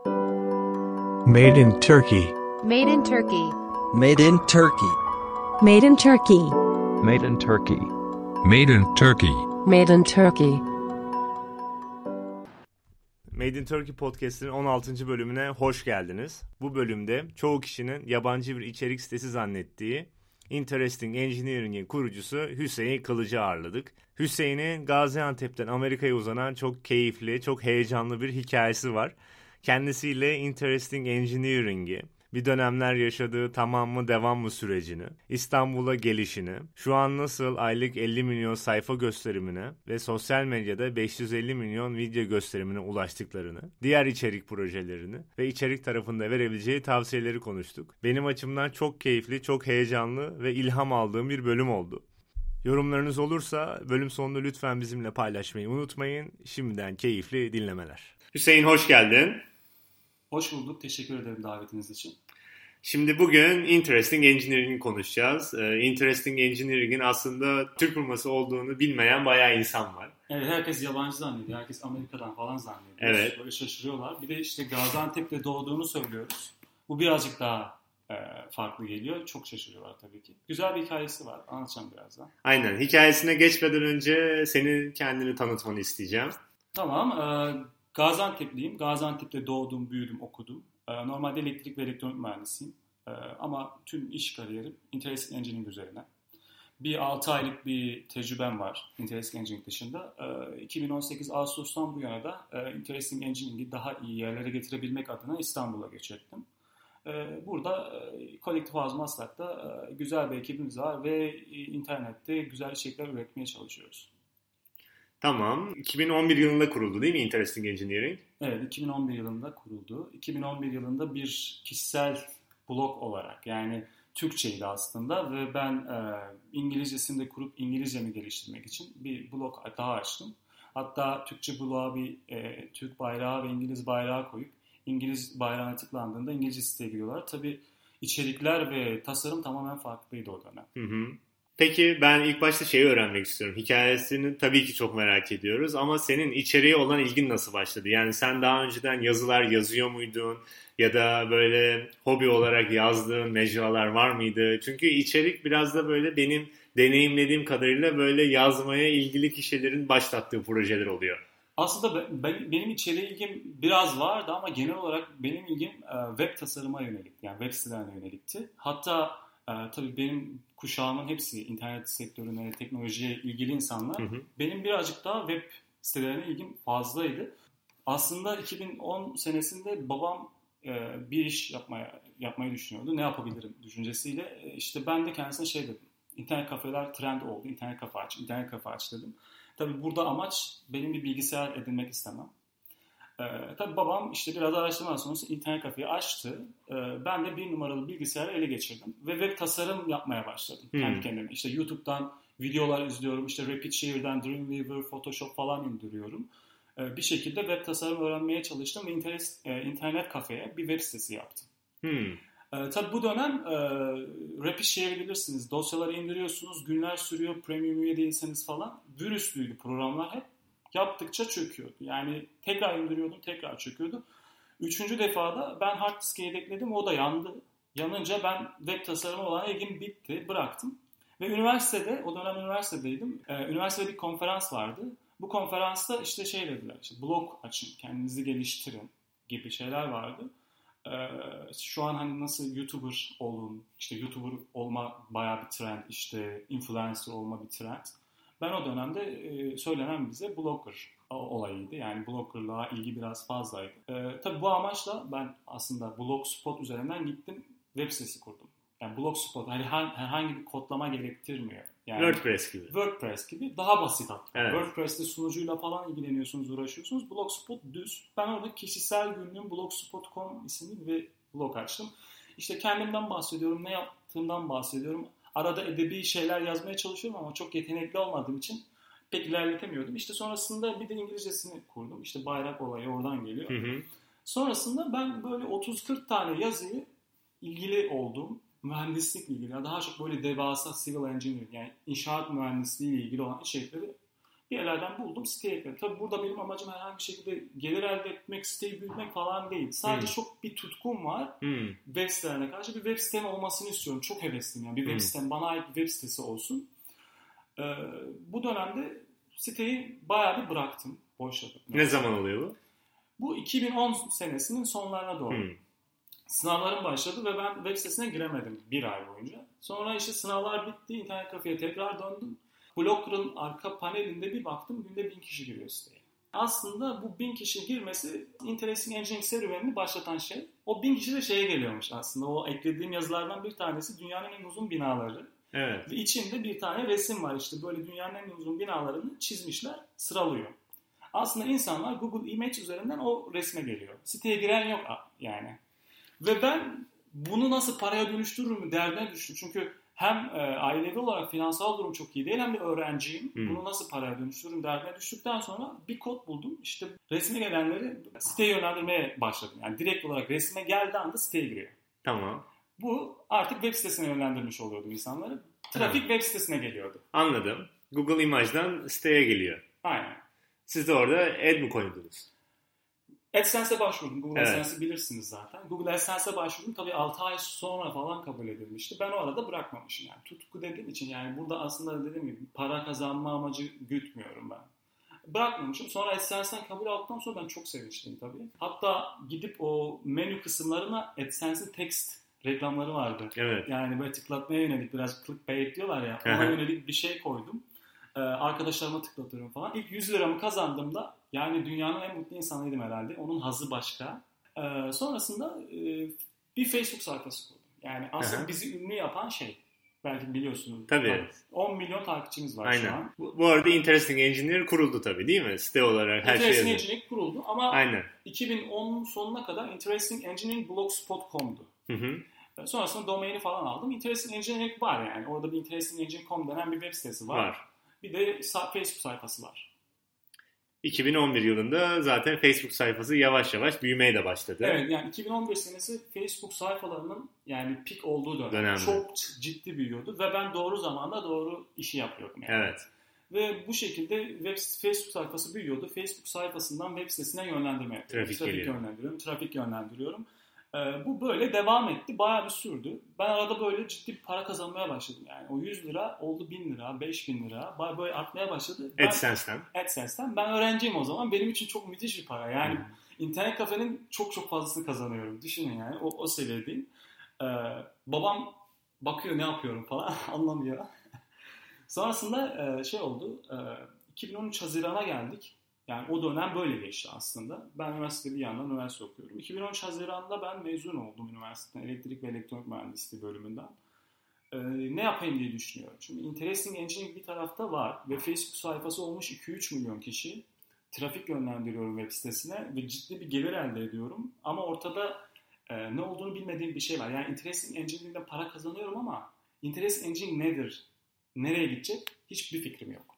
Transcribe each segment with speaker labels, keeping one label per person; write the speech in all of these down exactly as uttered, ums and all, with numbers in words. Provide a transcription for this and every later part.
Speaker 1: Made in Turkey.
Speaker 2: Made in Turkey.
Speaker 3: Made in Turkey.
Speaker 4: Made in Turkey.
Speaker 5: Made in Turkey.
Speaker 6: Made in Turkey.
Speaker 4: Made in Turkey.
Speaker 7: Made in Turkey Podcast'ın on altıncı bölümüne hoş geldiniz. Bu bölümde çoğu kişinin yabancı bir içerik sitesi zannettiği Interesting Engineering'in kurucusu Hüseyin Kılıç'ı ağırladık. Hüseyin'in Gaziantep'ten Amerika'ya uzanan çok keyifli, çok heyecanlı bir hikayesi var. Kendisiyle Interesting Engineering'i, bir dönemler yaşadığı tamam mı devam mı sürecini, İstanbul'a gelişini, şu an nasıl aylık elli milyon sayfa gösterimine ve sosyal medyada beş yüz elli milyon video gösterimine ulaştıklarını, diğer içerik projelerini ve içerik tarafında verebileceği tavsiyeleri konuştuk. Benim açımdan çok keyifli, çok heyecanlı ve ilham aldığım bir bölüm oldu. Yorumlarınız olursa bölüm sonunda lütfen bizimle paylaşmayı unutmayın. Şimdiden keyifli dinlemeler. Hüseyin hoş geldin.
Speaker 8: Hoş bulduk. Teşekkür ederim davetiniz için.
Speaker 7: Şimdi bugün Interesting Engineering'i konuşacağız. Ee, Interesting Engineering'in aslında Türk firması olduğunu bilmeyen bayağı insan var.
Speaker 8: Evet, herkes yabancı zannediyor. Herkes Amerika'dan falan zannediyor.
Speaker 7: Evet.
Speaker 8: Böyle şaşırıyorlar. Bir de işte Gaziantep'te doğduğunu söylüyoruz. Bu birazcık daha e, farklı geliyor. Çok şaşırıyorlar tabii ki. Güzel bir hikayesi var. Anlatacağım birazdan.
Speaker 7: Aynen. Hikayesine geçmeden önce senin kendini tanıtmanı isteyeceğim.
Speaker 8: Tamam. E, Gaziantep'liyim. Gaziantep'te doğdum, büyüdüm, okudum. E, normalde elektrik ve elektronik mühendisiyim. E, ama tüm iş kariyerim Interesting Engineering üzerine. Bir altı aylık bir tecrübem var Interesting Engineering dışında. E, iki bin on sekiz Ağustos'tan bu yana da e, Interesting Engineering'i daha iyi yerlere getirebilmek adına İstanbul'a göç ettim. E, burada e, Kolektif House Maslak'ta e, güzel bir ekibimiz var ve e, internette güzel içerikler üretmeye çalışıyoruz.
Speaker 7: Tamam. iki bin on bir yılında kuruldu değil mi Interesting Engineering?
Speaker 8: Evet, iki bin on bir yılında kuruldu. iki bin on bir yılında bir kişisel blog olarak, yani Türkçeydi aslında ve ben e, İngilizcesini de kurup İngilizcemi geliştirmek için bir blog daha açtım. Hatta Türkçe bloğa bir e, Türk bayrağı ve İngiliz bayrağı koyup İngiliz bayrağına tıklandığında İngilizce siteye giriyorlar. Tabii içerikler ve tasarım tamamen farklıydı o dönem.
Speaker 7: Hı hı. Peki ben ilk başta şeyi öğrenmek istiyorum. Hikayesini tabii ki çok merak ediyoruz ama senin içeriğe olan ilgin nasıl başladı? Yani sen daha önceden yazılar yazıyor muydun? Ya da böyle hobi olarak yazdığın mecralar var mıydı? Çünkü içerik biraz da böyle benim deneyimlediğim kadarıyla böyle yazmaya ilgili kişilerin başlattığı projeler oluyor.
Speaker 8: Aslında ben, benim içeriğe ilgim biraz vardı ama genel olarak benim ilgim web tasarıma yönelikti. Yani web sitelerine yönelikti. Hatta Ee, tabii benim kuşağımın hepsi internet sektörüne, teknolojiye ilgili insanlar. Hı hı. Benim birazcık daha web sitelerine ilgim fazlaydı. Aslında iki bin on senesinde babam e, bir iş yapmaya yapmayı düşünüyordu. Ne yapabilirim düşüncesiyle. E, işte ben de kendisine şey dedim. İnternet kafeler trend oldu. İnternet kafe aç, internet kafe aç dedim. Tabii burada amaç benim bir bilgisayar edinmek istemem. Ee, tabii babam işte biraz araştırma sonrası internet kafeyi açtı. Ee, ben de bir numaralı bilgisayarı ele geçirdim. Ve web tasarım yapmaya başladım hmm. kendi kendime. İşte YouTube'dan videolar izliyorum. İşte RapidShare'den Dreamweaver, Photoshop falan indiriyorum. Ee, bir şekilde web tasarım öğrenmeye çalıştım ve internet, e, internet kafeye bir web sitesi yaptım. Hmm. Ee, tabii bu dönem e, RapidShare bilirsiniz. Dosyaları indiriyorsunuz, günler sürüyor, premium üye değilseniz falan. Virüslüydü programlar hep. Yaptıkça çöküyordu. Yani tekrar indiriyordum, tekrar çöküyordu. Üçüncü defada ben hard diske yedekledim, o da yandı. Yanınca ben web tasarımı olan ilgim bitti, bıraktım. Ve üniversitede, o dönem üniversitedeydim. Ee, üniversitede bir konferans vardı. Bu konferansta işte şey dediler, işte blog açın, kendinizi geliştirin gibi şeyler vardı. Ee, şu an hani nasıl YouTuber olun, işte YouTuber olma bayağı bir trend, işte influencer olma bir trend. Ben o dönemde e, söylenen bize blogger olayıydı. Yani bloggerlığa ilgi biraz fazlaydı. E, tabii bu amaçla ben aslında Blogspot üzerinden gittim, web sitesi kurdum. Yani Blogspot hani herhangi bir kodlama gerektirmiyor. Yani
Speaker 7: WordPress gibi.
Speaker 8: WordPress gibi daha basit hatta.
Speaker 7: Evet.
Speaker 8: WordPress'te sunucuyla falan ilgileniyorsunuz, uğraşıyorsunuz. Blogspot düz. Ben orada kişisel günlüğüm blogspot nokta com isimli bir blog açtım. İşte kendimden bahsediyorum, ne yaptığımdan bahsediyorum. Arada edebi şeyler yazmaya çalışıyorum ama çok yetenekli olmadığım için pek ilerletemiyordum. İşte sonrasında bir de İngilizcesini kurdum. İşte bayrak olayı oradan geliyor. Hı hı. Sonrasında ben böyle otuz kırk tane yazıyı ilgili olduğum, mühendislikle ilgili, daha çok böyle devasa civil engineering, yani inşaat mühendisliği ile ilgili olan içerikleri Bir yerlerden buldum, siteye ekledim. Tabii burada benim amacım herhangi bir şekilde gelir elde etmek, siteyi büyütmek falan değil. Sadece hmm. çok bir tutkum var hmm. web sitelerine karşı. Bir web sitem olmasını istiyorum. Çok hevesliyim yani. Bir web hmm. sitem, bana ait bir web sitesi olsun. Ee, bu dönemde siteyi bayağı bir bıraktım. Boşladım.
Speaker 7: Ne yani. Zaman oluyor bu?
Speaker 8: Bu iki bin on senesinin sonlarına doğru. Hmm. Sınavlarım başladı ve ben web sitesine giremedim bir ay boyunca. Sonra işte sınavlar bitti, internet kafeye tekrar döndüm. Blogger'ın arka panelinde bir baktım, günde bin kişi giriyor siteye. Aslında bu bin kişi girmesi Interesting Engineering serüvenini başlatan şey. O bin kişi de şeye geliyormuş aslında. O eklediğim yazılardan bir tanesi dünyanın en uzun binaları.
Speaker 7: Evet.
Speaker 8: Ve içinde bir tane resim var, işte böyle dünyanın en uzun binalarını çizmişler, sıralıyor. Aslında insanlar Google Image üzerinden o resme geliyor. Siteye giren yok yani. Ve ben bunu nasıl paraya dönüştürürüm derdine düştüm. Çünkü hem e, ailevi olarak finansal durum çok iyi değil, hem de öğrenciyim. Hmm. Bunu nasıl paraya dönüştürürüm derdine düştükten sonra bir kod buldum. İşte resme gelenleri siteye yönlendirmeye başladım. Yani direkt olarak resme geldiği anda siteye giriyor.
Speaker 7: Tamam.
Speaker 8: Bu artık web sitesine yönlendirmiş oluyordum insanları. Trafik ha. web sitesine geliyordu.
Speaker 7: Anladım. Google Image'dan siteye geliyor.
Speaker 8: Aynen.
Speaker 7: Siz de orada ad mi koydunuz?
Speaker 8: AdSense'e başvurdum. Google evet. AdSense'i bilirsiniz zaten. Google AdSense'e başvurdum. Tabii altı ay sonra falan kabul edilmişti. Ben o arada bırakmamışım yani. Tutku dediğim için yani burada aslında dediğim gibi para kazanma amacı gütmüyorum ben. Bırakmamışım. Sonra AdSense'den kabul aldıktan sonra ben çok sevinçliyim tabii. Hatta gidip o menü kısımlarına AdSense'in text reklamları vardı.
Speaker 7: Evet.
Speaker 8: Yani böyle tıklatmaya yönelik, biraz clickbait diyorlar ya. Ona yönelik bir şey koydum. Ee, arkadaşlarıma tıklatıyorum falan. İlk yüz liramı kazandığımda yani dünyanın en mutlu insanıydım herhalde. Onun hazzı başka. Ee, sonrasında e, bir Facebook sayfası kurdum. Yani aslında Aha. bizi ünlü yapan şey. Belki biliyorsunuz.
Speaker 7: Tabii.
Speaker 8: on milyon takipçimiz var
Speaker 7: Aynen.
Speaker 8: şu an.
Speaker 7: Bu, bu arada Interesting Engineer kuruldu tabii değil mi? Site olarak her şey.
Speaker 8: Interesting Engineering kuruldu ama
Speaker 7: Aynen.
Speaker 8: iki bin on sonuna kadar Interesting Engineering blogspot nokta com'du. Hı hı. Sonrasında domaini falan aldım. Interesting Engineering var yani. Orada bir Interesting Engineering nokta com denen bir web sitesi var.
Speaker 7: Var.
Speaker 8: Bir de Facebook sayfası var.
Speaker 7: iki bin on bir yılında zaten Facebook sayfası yavaş yavaş büyümeye de başladı.
Speaker 8: Evet yani iki bin on bir senesi Facebook sayfalarının yani peak olduğu dönem.
Speaker 7: Dönemde.
Speaker 8: Çok ciddi büyüyordu ve ben doğru zamanda doğru işi yapıyordum yani.
Speaker 7: Evet.
Speaker 8: Ve bu şekilde web, Facebook sayfası büyüyordu. Facebook sayfasından web sitesine yönlendirme yapıyorum.
Speaker 7: Trafik,
Speaker 8: trafik yönlendiriyorum, trafik yönlendiriyorum. Ee, bu böyle devam etti. Bayağı bir sürdü. Ben arada böyle ciddi bir para kazanmaya başladım. Yani o yüz lira oldu bin lira, beş bin lira. Bayağı böyle artmaya başladı. Ben,
Speaker 7: AdSense'den.
Speaker 8: AdSense'den. Ben öğrenciyim o zaman. Benim için çok müthiş bir para. Yani hmm. internet kafenin çok çok fazlasını kazanıyorum. Düşünün yani. O, o seviyedeyim. Ee, babam bakıyor ne yapıyorum falan anlamıyor. Sonrasında e, şey oldu. E, iki bin on üç Haziran'a geldik. Yani o dönem böyle geçti aslında. Ben üniversitede bir yandan üniversite okuyorum. iki bin on üç Haziran'da ben mezun oldum üniversiteden. Elektrik ve elektronik mühendisliği bölümünden. Ee, ne yapayım diye düşünüyorum. Çünkü Interesting Engineering bir tarafta var. Ve Facebook sayfası olmuş iki üç milyon kişi. Trafik yönlendiriyorum web sitesine. Ve ciddi bir gelir elde ediyorum. Ama ortada e, ne olduğunu bilmediğim bir şey var. Yani Interesting Engineering'den para kazanıyorum ama Interesting Engineering nedir? Nereye gidecek? Hiçbir fikrim yok.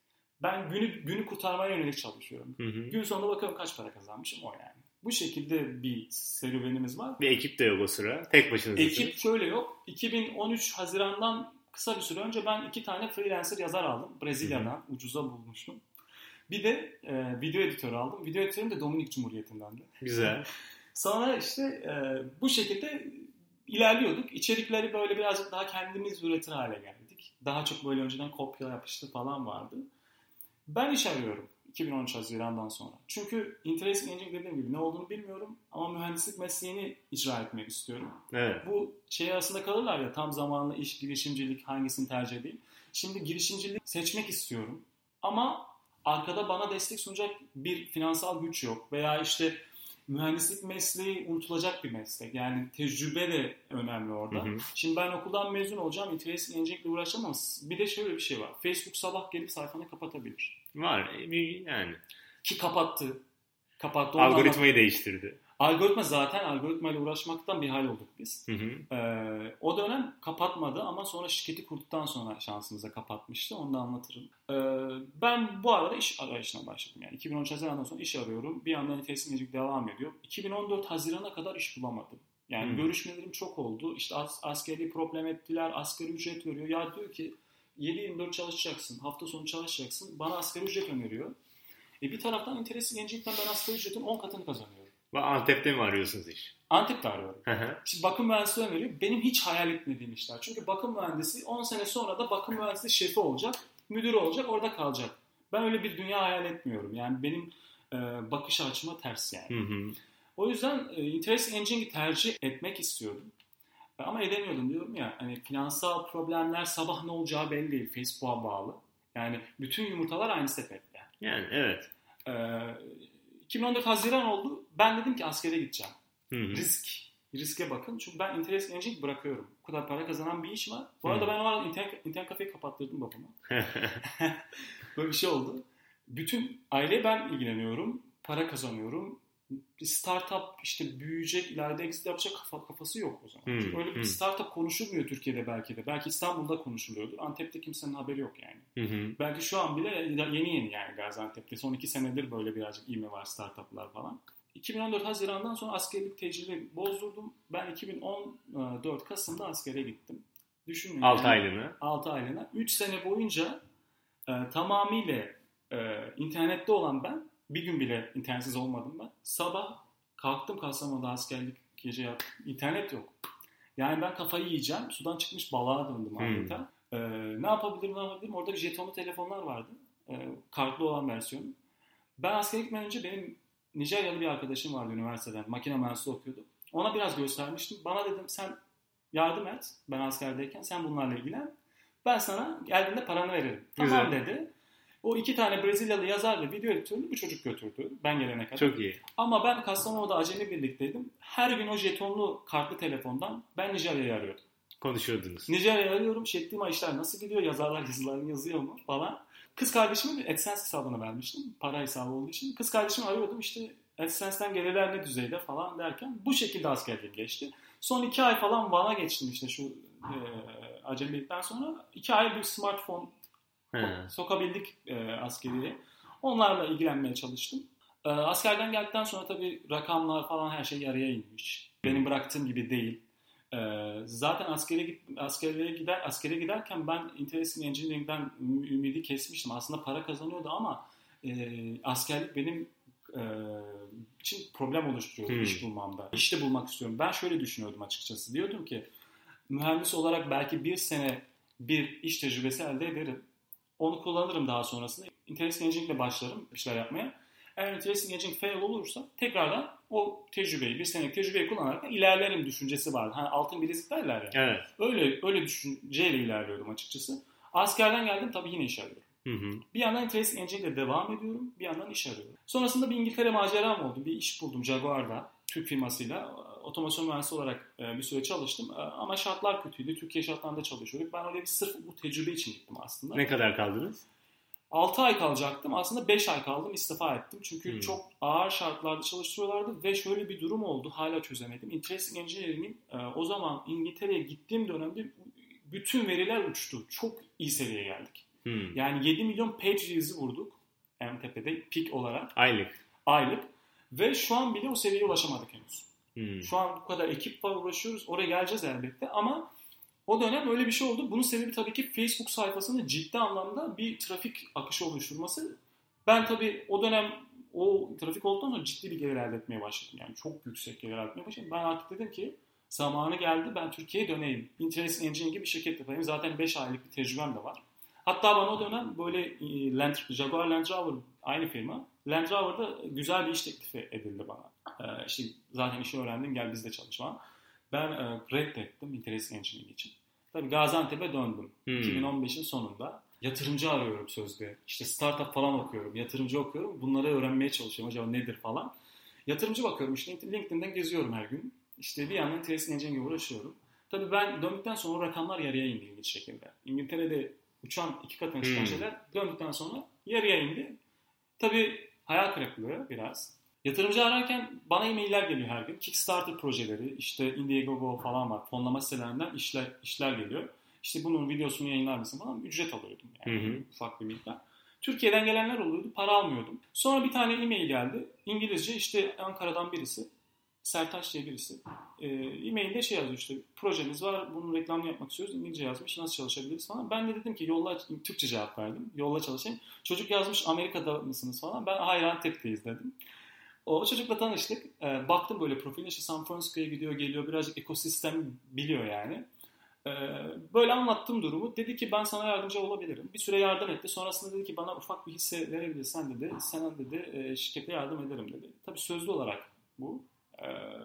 Speaker 8: Ben günü günü kurtarmaya yönelik çalışıyorum. Hı hı. Gün sonunda bakalım kaç para kazanmışım o yani. Bu şekilde bir serüvenimiz var.
Speaker 7: Bir ekip de yok o sıra. Tek başınızdasınız.
Speaker 8: Ekip şöyle yok. iki bin on üç Haziran'dan kısa bir süre önce ben iki tane freelancer yazar aldım. Brezilya'dan. Hı hı. Ucuza bulmuştum. Bir de e, video editörü aldım. Video editörüm de Dominik Cumhuriyeti'nden de.
Speaker 7: Güzel.
Speaker 8: Sonra işte e, bu şekilde ilerliyorduk. İçerikleri böyle birazcık daha kendimiz üretir hale geldik. Daha çok böyle önceden kopya yapıştı falan vardı. Ben iş arıyorum iki bin on üç Haziran'dan sonra. Çünkü Interesting Engineering dediğim gibi ne olduğunu bilmiyorum ama mühendislik mesleğini icra etmek istiyorum.
Speaker 7: Evet.
Speaker 8: Bu şey arasında kalırlar ya, tam zamanlı iş, girişimcilik, hangisini tercih edeyim. Şimdi girişimcilik seçmek istiyorum ama arkada bana destek sunacak bir finansal güç yok veya işte mühendislik mesleği unutulacak bir meslek. Yani tecrübe de önemli orada. Hı hı. Şimdi ben okuldan mezun olacağım. Interesting Engineering ile uğraşacağım ama bir de şöyle bir şey var. Facebook sabah gelip sayfanı kapatabilir.
Speaker 7: Var yani.
Speaker 8: Ki kapattı. Kapattı.
Speaker 7: Algoritmayı değiştirdi.
Speaker 8: Algoritma zaten algoritmayla uğraşmaktan bir hal olduk biz.
Speaker 7: Hı hı.
Speaker 8: Ee, o dönem kapatmadı ama sonra şirketi kurduktan sonra şansımıza kapatmıştı. Onu da anlatırım. Ee, ben bu arada iş arayışına başladım. Yani iki bin on üç Haziran'dan sonra iş arıyorum. Bir yandan Interesting Engineering devam ediyor. iki bin on dört Haziran'a kadar iş bulamadım. Yani hı. görüşmelerim çok oldu. İşte as- askeri problem ettiler. Asgari ücret veriyor. Ya diyor ki yedi yirmi dört çalışacaksın, hafta sonu çalışacaksın. Bana asgari ücret öneriyor. E bir taraftan Interesting Engine'den ben asgari ücretin on katını kazanıyorum.
Speaker 7: Ve Antep'te mi arıyorsunuz iş?
Speaker 8: Antep'te arıyorum. Şimdi bakım mühendisliği öneriyor. Benim hiç hayal etmediğim işler. Çünkü bakım mühendisi on sene sonra da bakım mühendisliği şefi olacak, müdürü olacak, orada kalacak. Ben öyle bir dünya hayal etmiyorum. Yani benim e, bakış açıma ters yani.
Speaker 7: Hı hı.
Speaker 8: O yüzden e, Interesting Engine'i tercih etmek istiyordum. Ama edemiyordum diyorum ya. Hani finansal problemler, sabah ne olacağı belli değil. Facebook'a bağlı. Yani bütün yumurtalar aynı sepette.
Speaker 7: Yani evet.
Speaker 8: E, iki bin on dört Haziran oldu. Ben dedim ki askere gideceğim.
Speaker 7: Hı hı.
Speaker 8: Risk. Riske bakın. Çünkü ben Interesting Engine'i bırakıyorum. Bu kadar para kazanan bir iş var. Bu arada ben o arada internet, internet kafeyi kapattırdım babama. Böyle bir şey oldu. Bütün aile ben ilgileniyorum. Para kazanıyorum. Bir startup işte büyüyecek, ileride exit yapacak kafa, kafası yok o zaman.
Speaker 7: Hmm,
Speaker 8: Çünkü öyle bir
Speaker 7: hmm.
Speaker 8: startup konuşulmuyor Türkiye'de belki de. Belki İstanbul'da konuşuluyordur. Antep'te kimsenin haberi yok yani.
Speaker 7: Hı hı.
Speaker 8: Belki şu an bile yeni yeni yani Gaziantep'te. Son iki senedir böyle birazcık ivme var startuplar falan. iki bin on dört Haziran'dan sonra askerlik tecrübemi bozdurdum. Ben iki bin on dört Kasım'da askere gittim. Düşünün.
Speaker 7: altı
Speaker 8: yani,
Speaker 7: aylığına.
Speaker 8: altı aylığına. üç sene boyunca e, tamamıyla e, internette olan ben, bir gün bile internetsiz olmadım ben. Sabah kalktım Kastamonu'da askerlik gece yattım. İnternet yok. Yani ben kafayı yiyeceğim. Sudan çıkmış balığa döndüm adeta. Hmm. Ee, ne yapabilirim ne yapabilirim? Orada bir jetonlu telefonlar vardı. Ee, kartlı olan versiyonu. Ben askere gitmeden önce benim Nijeryalı bir arkadaşım vardı üniversiteden. Makine mühendisliği okuyordu. Ona biraz göstermiştim. Bana dedim sen yardım et. Ben askerdeyken sen bunlarla ilgilen. Ben sana geldiğinde paranı veririm.
Speaker 7: Güzel.
Speaker 8: Tamam dedi. O iki tane Brezilyalı yazar ve video editörünü bir çocuk götürdü ben gelene kadar.
Speaker 7: Çok iyi.
Speaker 8: Ama ben Kastamonu'da acemi birlikteydim. Her gün o jetonlu kartlı telefondan ben Nijerya'yı arıyordum.
Speaker 7: Konuşuyordunuz.
Speaker 8: Nijerya'yı arıyorum. Şeklima işler nasıl gidiyor? Yazarlar yazılarını yazıyor mu? Falan. Kız kardeşime bir AdSense hesabını vermiştim. Para hesabı olduğu için. Kız kardeşimi arıyordum. İşte AdSense'den gelirler ne düzeyde falan derken bu şekilde askerliğim geçti. Son iki ay falan Van'a geçtim işte şu e, acemilikten sonra. iki ay bir smartphone
Speaker 7: He.
Speaker 8: sokabildik e, askeriye. Onlarla ilgilenmeye çalıştım. E, askerden geldikten sonra tabii rakamlar falan her şey yarıya inmiş. Benim bıraktığım gibi değil. E, zaten askere git, askere gider askere giderken ben Interesting Engineering'den ümidi kesmiştim. Aslında para kazanıyordu ama e, askerlik benim e, için problem oluşturuyordu hmm. iş bulmamda. İş de bulmak istiyorum. Ben şöyle düşünüyordum açıkçası. Diyordum ki mühendis olarak belki bir sene bir iş tecrübesi elde ederim. Onu kullanırım daha sonrasında. Interesting Engineering ile başlarım bir şeyler yapmaya. Eğer Interesting Engineering fail olursa tekrardan o tecrübeyi, bir senelik tecrübeyi kullanarak ilerlerim düşüncesi vardı. Hani altın bilezik derler ya.
Speaker 7: Evet.
Speaker 8: Öyle, öyle düşünceyle ilerliyordum açıkçası. Askerden geldim tabii yine iş arıyorum.
Speaker 7: Hı hı.
Speaker 8: Bir yandan Interesting Engineering ile devam ediyorum. Bir yandan iş arıyorum. Sonrasında bir İngiltere maceram oldu. Bir iş buldum Jaguar'da. Türk firmasıyla. Otomasyon mühendisi olarak bir süre çalıştım. Ama şartlar kötüydü. Türkiye şartlarında çalışıyorduk. Ben oraya bir sırf bu tecrübe için gittim aslında.
Speaker 7: Ne kadar kaldınız?
Speaker 8: altı ay kalacaktım. Aslında beş ay kaldım. İstifa ettim. Çünkü hmm. çok ağır şartlarda çalıştırıyorlardı. Ve şöyle bir durum oldu. Hala çözemedim. Interesting Engineering'in o zaman İngiltere'ye gittiğim dönemde bütün veriler uçtu. Çok iyi seviyeye geldik. Hmm. Yani yedi milyon page views'i vurduk. En tepede peak olarak.
Speaker 7: Aylık.
Speaker 8: Aylık. Ve şu an bile o seviyeye ulaşamadık henüz.
Speaker 7: Hmm.
Speaker 8: Şu an bu kadar ekip var, uğraşıyoruz. Oraya geleceğiz elbette ama o dönem öyle bir şey oldu. Bunun sebebi tabii ki Facebook sayfasında ciddi anlamda bir trafik akışı oluşturması. Ben tabii o dönem o trafik olduktan sonra ciddi bir gelir elde etmeye başladım. Yani çok yüksek gelir elde etmeye başladım. Ben artık dedim ki zamanı geldi, ben Türkiye'ye döneyim. Interesting Engineering gibi bir şirket yapayım. Zaten beş aylık bir tecrübem de var. Hatta bana o dönem böyle Land, Jaguar Land Rover aynı firma. Land Rover'da güzel bir iş teklifi edildi bana. Ee, işte zaten işi öğrendim, gel bizde çalışma. Ben e, reddettim Interesting Engineering için. Tabii Gaziantep'e döndüm. Hmm. iki bin on beşin sonunda. Yatırımcı arıyorum sözde. İşte startup falan okuyorum. Yatırımcı okuyorum. Bunları öğrenmeye çalışıyorum. Acaba nedir falan. Yatırımcı bakıyorum. İşte LinkedIn'den geziyorum her gün. İşte bir yandan Interesting Engineering'e uğraşıyorum. Tabii ben döndükten sonra rakamlar yarıya indi ilginç şekilde. İngiltere'de uçan iki katına çıkan hmm. şeyler döndükten sonra yarıya indi. Tabii hayal kırıklığı biraz. Yatırımcı ararken bana e-mailler geliyor her gün. Kickstarter projeleri, işte Indiegogo falan var. Fonlama sitelerinden işler işler geliyor. İşte bunun videosunu yayınlar mısın falan, ücret alıyordum yani. Hı hı. Ufak bir miktar. Türkiye'den gelenler oluyordu, para almıyordum. Sonra bir tane e-mail geldi. İngilizce, işte Ankara'dan birisi. Sertaç diye birisi. E, e-mailde şey yazıyor işte, projemiz var, bunun reklamını yapmak istiyoruz. İngilizce yazmış, nasıl çalışabiliriz falan. Ben de dedim ki yolla, Türkçe cevap verdim. Yolla çalışayım. Çocuk yazmış, Amerika'da mısınız falan. Ben hayır, Antep'teyiz dedim. O çocukla tanıştık. E, baktım böyle profiline, işte San Francisco'ya gidiyor geliyor. Birazcık ekosistem biliyor yani. E, böyle anlattım durumu. Dedi ki ben sana yardımcı olabilirim. Bir süre yardım etti. Sonrasında dedi ki bana ufak bir hisse verebilirsen dedi. Sana dedi e, şirkete yardım ederim dedi. Tabii sözlü olarak bu. E,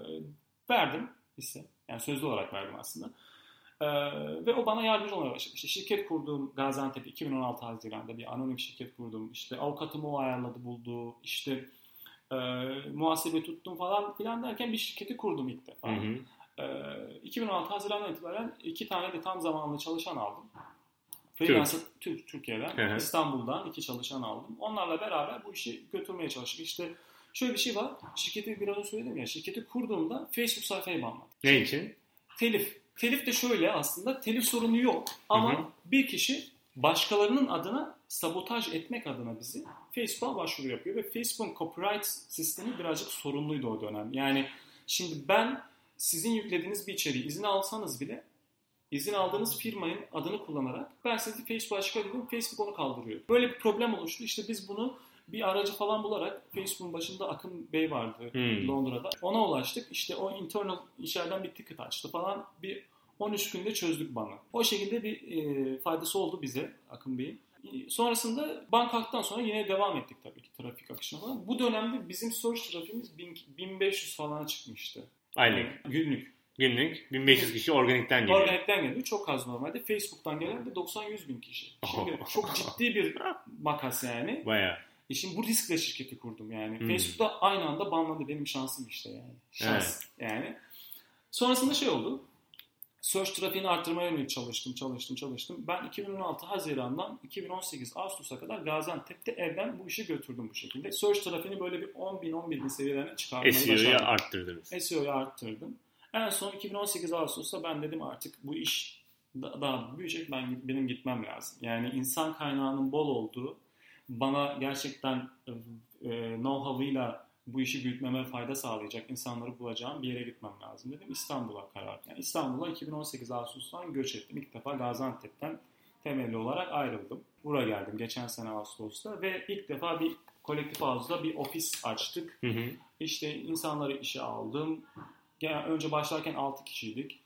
Speaker 8: verdim hisse. Yani sözlü olarak verdim aslında. E, ve o bana yardımcı olmaya başladı. İşte şirket kurduğum Gaziantep iki bin on altı Haziran'da bir anonim şirket kurdum. İşte avukatımı o ayarladı buldu. İşte e, muhasebe tuttum falan filan derken bir şirketi kurdum ilk defa. Hı hı. E, iki bin on altı Haziran'dan itibaren iki tane de tam zamanlı çalışan aldım. Freelance Türk, Türkiye'den, hı hı. İstanbul'dan iki çalışan aldım. Onlarla beraber bu işi götürmeye çalıştık. İşte şöyle bir şey var. Şirketi biraz önce söyledim ya. Şirketi kurduğumda Facebook sayfayı banladım.
Speaker 7: Ne için?
Speaker 8: Telif. Telif de şöyle aslında. Telif sorunu yok. Ama hı hı. bir kişi başkalarının adına sabotaj etmek adına bizi Facebook'a başvuru yapıyor. Ve Facebook'un copyright sistemi birazcık sorunluydu o dönem. Yani şimdi ben sizin yüklediğiniz bir içeriği izin alsanız bile izin aldığınız firmanın adını kullanarak ben sizi Facebook'a çıkarıyorum. Facebook onu kaldırıyor. Böyle bir problem oluştu. İşte biz bunu bir aracı falan bularak, Facebook'un başında Akın Bey vardı hmm. Londra'da. Ona ulaştık. İşte o internal içeriden bir ticket açtı falan. Bir on üç günde çözdük bana. O şekilde bir e, faydası oldu bize Akın Bey'in. E, sonrasında bank kalktıktan sonra yine devam ettik tabii ki trafik akışına falan. Bu dönemde bizim search trafiğimiz bin beş yüz falan çıkmıştı.
Speaker 7: Aylık.
Speaker 8: Yani günlük.
Speaker 7: Günlük bin beş yüz kişi organikten geliyor.
Speaker 8: Organikten geliyor. Çok az normalde. Facebook'tan gelen de doksan yüz bin kişi. Şimdi çok ciddi bir makas yani.
Speaker 7: Bayağı.
Speaker 8: E şimdi bu riskle şirketi kurdum yani. Hmm. Facebook'ta aynı anda banladı. Benim şansım işte yani. Şans evet. yani. Sonrasında şey oldu. Search trafiğini arttırmaya yönelik çalıştım, çalıştım, çalıştım. Ben iki bin on altı Haziran'dan iki bin on sekiz Ağustos'a kadar Gaziantep'te evden bu işi götürdüm bu şekilde. Search trafiğini böyle bir on bin on bir bin seviyelerine çıkarmayı başardım.
Speaker 7: S E O'yu arttırdınız.
Speaker 8: S E O'yu arttırdım. En son iki bin on sekiz Ağustos'ta ben dedim artık bu iş daha büyüyecek, ben benim gitmem lazım. Yani insan kaynağının bol olduğu, bana gerçekten e, know-how'ıyla bu işi büyütmeme fayda sağlayacak insanları bulacağım bir yere gitmem lazım dedim. İstanbul'a karar. Yani İstanbul'a iki bin on sekiz Ağustos'tan göç ettim. İlk defa Gaziantep'ten temelli olarak ayrıldım. Buraya geldim geçen sene Ağustos'ta ve ilk defa bir kolektif havuzda bir ofis açtık. Hı hı. İşte insanları işe aldım. Yani önce başlarken altı kişiydik.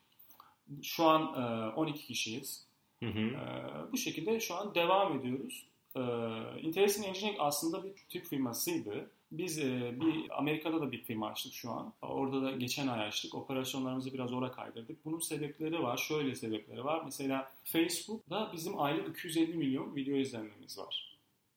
Speaker 8: Şu an e, on iki kişiyiz. Hı hı. E, bu şekilde şu an devam ediyoruz. E, Interesting Engineering aslında bir Türk firmasıydı. Biz e, bir Amerika'da da bir firma açtık şu an. Orada da geçen ay açtık. Operasyonlarımızı biraz oraya kaydırdık. Bunun sebepleri var. Şöyle sebepleri var. Mesela Facebook'ta bizim aylık iki yüz elli milyon video izlenmemiz var.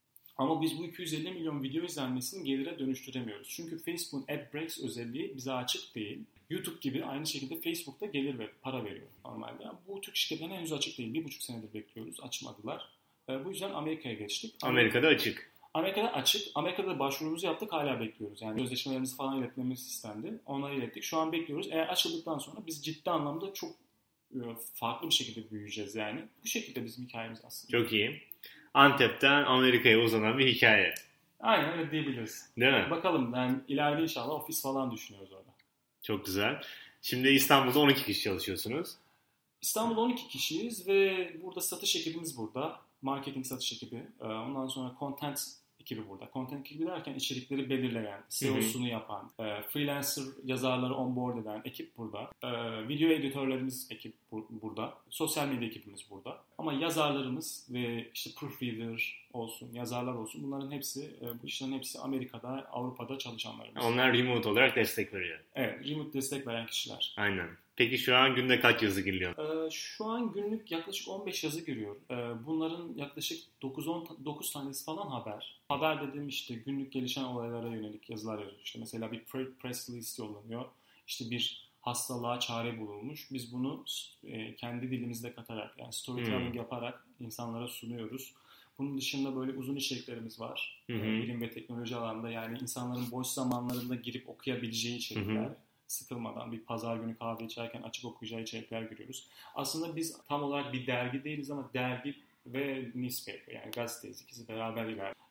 Speaker 8: Ama biz bu iki yüz elli milyon video izlenmesini gelire dönüştüremiyoruz. Çünkü Facebook'un AdBreaks özelliği bize açık değil. YouTube gibi aynı şekilde Facebook'ta gelir ve para veriyor normalde. Yani bu Türk şirketlerine henüz açık değil. Bir buçuk senedir bekliyoruz. Açmadılar. E, bu yüzden Amerika'ya geçtik.
Speaker 7: Amerika'da açık.
Speaker 8: Amerika'da açık. Amerika'da başvurumuzu yaptık. Hala bekliyoruz. Yani sözleşmelerimizi falan iletmemiz istendi. Onları ilettik. Şu an bekliyoruz. Eğer açıldıktan sonra biz ciddi anlamda çok farklı bir şekilde büyüyeceğiz yani. Bu şekilde bizim hikayemiz aslında.
Speaker 7: Çok iyi. Antep'ten Amerika'ya uzanan bir hikaye.
Speaker 8: Aynen öyle diyebiliriz.
Speaker 7: Değil mi?
Speaker 8: Bakalım yani ileride inşallah ofis falan düşünüyoruz orada.
Speaker 7: Çok güzel. Şimdi İstanbul'da on iki kişi çalışıyorsunuz.
Speaker 8: İstanbul'da on iki kişiyiz ve burada satış ekibimiz burada. Marketing satış ekibi. Ondan sonra content ekibi burada. Content ekibi derken içerikleri belirleyen, S E O'sunu yapan, freelancer yazarları onboard eden ekip burada. Video editörlerimiz ekip burada. Sosyal medya ekibimiz burada. Ama yazarlarımız ve işte proofreader olsun, yazarlar olsun, bunların hepsi, bu işlerin hepsi Amerika'da, Avrupa'da çalışanlarımız.
Speaker 7: Onlar remote olarak destek veriyor.
Speaker 8: Evet, remote destek veren kişiler.
Speaker 7: Aynen. Peki şu an günde kaç yazı giriliyor?
Speaker 8: Ee, şu an günlük yaklaşık on beş yazı giriyor. Ee, bunların yaklaşık dokuz on dokuz tanesi falan haber. Haber dediğim işte günlük gelişen olaylara yönelik yazılar yazıyor. İşte mesela bir press release yollanıyor. İşte bir hastalığa çare bulunmuş. Biz bunu e, kendi dilimizde katarak, yani storytelling hmm. yaparak insanlara sunuyoruz. Bunun dışında böyle uzun içeriklerimiz var. Hı hı. Bilim ve teknoloji alanında, yani insanların boş zamanlarında girip okuyabileceği içerikler. Hı hı. Sıkılmadan bir pazar günü kahve içerken açıp okuyacağı içerikler görüyoruz. Aslında biz tam olarak bir dergi değiliz ama dergi ve newspaper, yani gazeteyiz. İkisi beraber ilerliyor.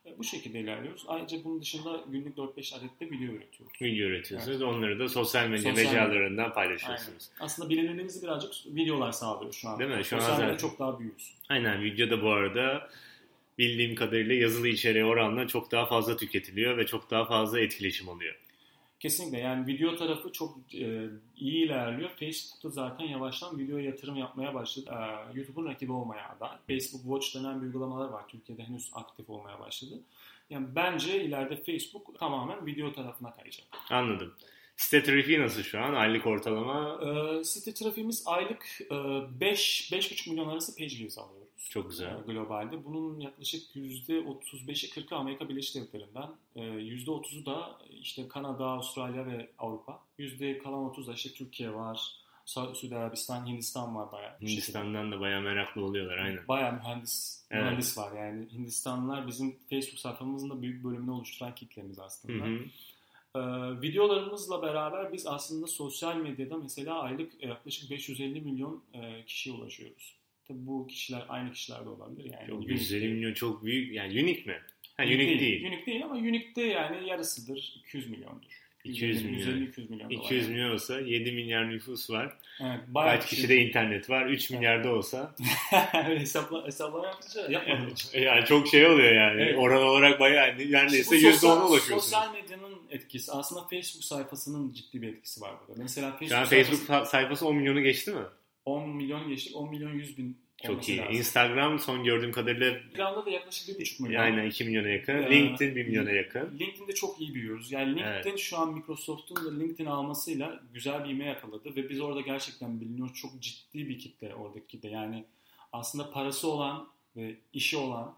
Speaker 8: E, bu şekilde ilerliyoruz. Ayrıca bunun dışında günlük dört beş adet de video üretiyoruz.
Speaker 7: Video üretiyorsunuz.
Speaker 8: Evet.
Speaker 7: Onları da sosyal medya
Speaker 8: Sosyal
Speaker 7: mecralarından
Speaker 8: medya.
Speaker 7: paylaşıyorsunuz.
Speaker 8: Aynen. Aslında bilinirliğimizi birazcık videolar sağlıyor şu an.
Speaker 7: Değil mi? Şu
Speaker 8: sosyal
Speaker 7: an
Speaker 8: medyada
Speaker 7: zaten...
Speaker 8: çok daha büyüyoruz.
Speaker 7: Aynen, videoda bu arada bildiğim kadarıyla yazılı içeriğe oranla çok daha fazla tüketiliyor ve çok daha fazla etkileşim oluyor.
Speaker 8: Kesinlikle, yani video tarafı çok e, iyi ilerliyor. Facebook'ta zaten yavaştan videoya yatırım yapmaya başladı. E, YouTube'un rakibi olmaya aday. Facebook Watch denen bir uygulamalar var. Türkiye'de henüz aktif olmaya başladı. Yani bence ileride Facebook tamamen video tarafına kayacak.
Speaker 7: Anladım. Site trafiği nasıl şu an? Aylık ortalama?
Speaker 8: E, site trafiğimiz aylık e, beş beş buçuk milyon arası page views alıyoruz.
Speaker 7: Çok güzel.
Speaker 8: E, globalde. Bunun yaklaşık yüzde otuz beşi kırkı Amerika Birleşik Devletleri'nden. E, yüzde otuzu da işte Kanada, Avustralya ve Avrupa. Yüzde kalan otuz da işte Türkiye var. Suudi Arabistan, Hindistan var bayağı.
Speaker 7: Hindistan'dan da bayağı meraklı oluyorlar, aynen.
Speaker 8: Bayağı mühendis,
Speaker 7: evet.
Speaker 8: mühendis var yani. Hindistanlılar bizim Facebook sayfamızın da büyük bölümünü oluşturan kitlemiz aslında. Hı hı. Ee, videolarımızla beraber biz aslında sosyal medyada mesela aylık yaklaşık beş yüz elli milyon e, kişiye ulaşıyoruz. Tabii bu kişiler aynı kişiler de olabilir yani.
Speaker 7: Çok beş yüz elli milyon çok büyük, yani unique mi? Ha, unique,
Speaker 8: unique
Speaker 7: değil.
Speaker 8: değil. Unique değil ama unique'de yani yarısıdır, iki yüz milyondur.
Speaker 7: iki yüz milyon.
Speaker 8: yüz elli iki yüz milyon.
Speaker 7: iki yüz milyon olsa yedi milyar nüfus var.
Speaker 8: Evet,
Speaker 7: kaç kişide internet var? üç milyarda olsa.
Speaker 8: Öyle hesapla, hesaplama yaptıkça yapmadım hiç.
Speaker 7: Yani çok şey oluyor yani. Evet. Oran olarak bayağı neredeyse
Speaker 8: işte
Speaker 7: yüzde ona ulaşıyorsunuz.
Speaker 8: Sosyal medyanın etkisi. Aslında Facebook sayfasının ciddi bir etkisi var burada. Mesela Facebook,
Speaker 7: Şu an
Speaker 8: sayfası,
Speaker 7: Facebook sayfası on milyonu geçti mi?
Speaker 8: on milyon geçtik. on milyon yüz bin.
Speaker 7: Çok iyi. Lazım. Instagram son gördüğüm kadarıyla
Speaker 8: Instagram'da da yaklaşık bir buçuk milyon.
Speaker 7: Aynen iki milyona yakın. Ee, LinkedIn bir milyona yakın.
Speaker 8: LinkedIn'de çok iyi büyüyoruz. Yani LinkedIn evet. Şu an Microsoft'un da LinkedIn almasıyla güzel bir ivme yakaladı ve biz orada gerçekten biliniyoruz. Çok ciddi bir kitle oradaki kitle. Yani aslında parası olan ve işi olan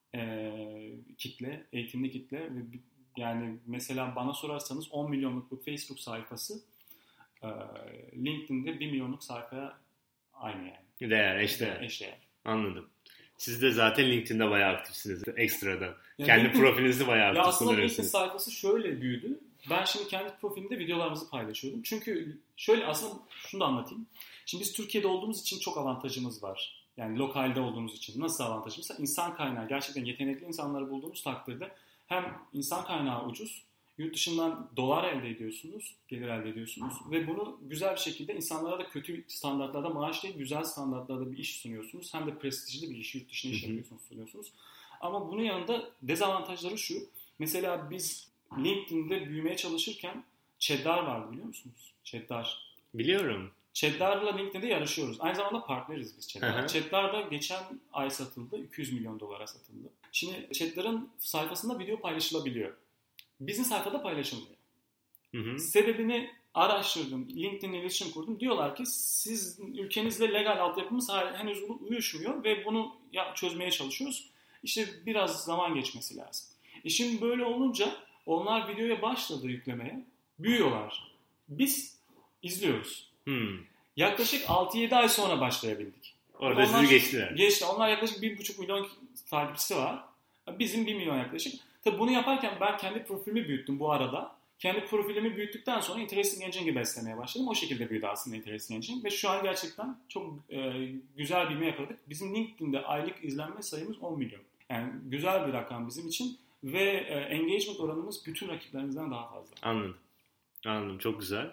Speaker 8: e, kitle, eğitimli kitle ve yani mesela bana sorarsanız on milyonluk bir Facebook sayfası e, LinkedIn'de bir milyonluk sayfaya aynı yani.
Speaker 7: Değer, eşdeğer.
Speaker 8: Eşdeğer.
Speaker 7: Anladım. Siz de zaten LinkedIn'de bayağı aktifsiniz ekstradan.
Speaker 8: Yani
Speaker 7: kendi
Speaker 8: LinkedIn,
Speaker 7: profilinizde bayağı aktif.
Speaker 8: Ya aslında LinkedIn sayfası şöyle büyüdü. Ben şimdi kendi profilimde videolarımızı paylaşıyordum. Çünkü şöyle aslında şunu da anlatayım. Şimdi biz Türkiye'de olduğumuz için çok avantajımız var. Yani lokalde olduğumuz için. Nasıl avantajımız? İnsan kaynağı. Gerçekten yetenekli insanları bulduğumuz takdirde hem insan kaynağı ucuz, yurt dışından dolar elde ediyorsunuz, gelir elde ediyorsunuz ve bunu güzel bir şekilde insanlara da kötü standartlarda maaş değil, güzel standartlarda bir iş sunuyorsunuz. Hem de prestijli bir iş, yurt dışında iş yapıyorsunuz, sunuyorsunuz. Ama bunun yanında dezavantajları şu. Mesela biz LinkedIn'de büyümeye çalışırken Cheddar vardı, biliyor musunuz? Cheddar.
Speaker 7: Biliyorum.
Speaker 8: Cheddar'la LinkedIn'de yarışıyoruz. Aynı zamanda partneriz biz Cheddar. Cheddar da geçen ay satıldı. iki yüz milyon dolara satıldı. Şimdi Cheddar'ın sayfasında video paylaşılabiliyor. Bizim sayfada paylaşılmıyor. Hı hı. Sebebini araştırdım. LinkedIn'le iletişim kurdum. Diyorlar ki siz ülkenizle legal altyapımız henüz uyuşmuyor ve bunu ya, çözmeye çalışıyoruz. İşte biraz zaman geçmesi lazım. E şimdi böyle olunca onlar videoya başladı yüklemeye. Büyüyorlar. Biz izliyoruz. Hmm. Yaklaşık altı yedi ay sonra başlayabildik.
Speaker 7: Orada onlar, sizi geçtiler.
Speaker 8: Geçti. Onlar yaklaşık bir buçuk milyon takipçisi var. Bizim bir milyon yaklaşık. Tabii bunu yaparken ben kendi profilimi büyüttüm bu arada. Kendi profilimi büyüttükten sonra Interesting Engine'i beslemeye başladım. O şekilde büyüdü aslında Interesting Engine. Ve şu an gerçekten çok e, güzel bir ivme yakaladık. Bizim LinkedIn'de aylık izlenme sayımız on milyon. Yani güzel bir rakam bizim için. Ve e, engagement oranımız bütün rakiplerimizden daha fazla.
Speaker 7: Anladım. Anladım. Çok güzel.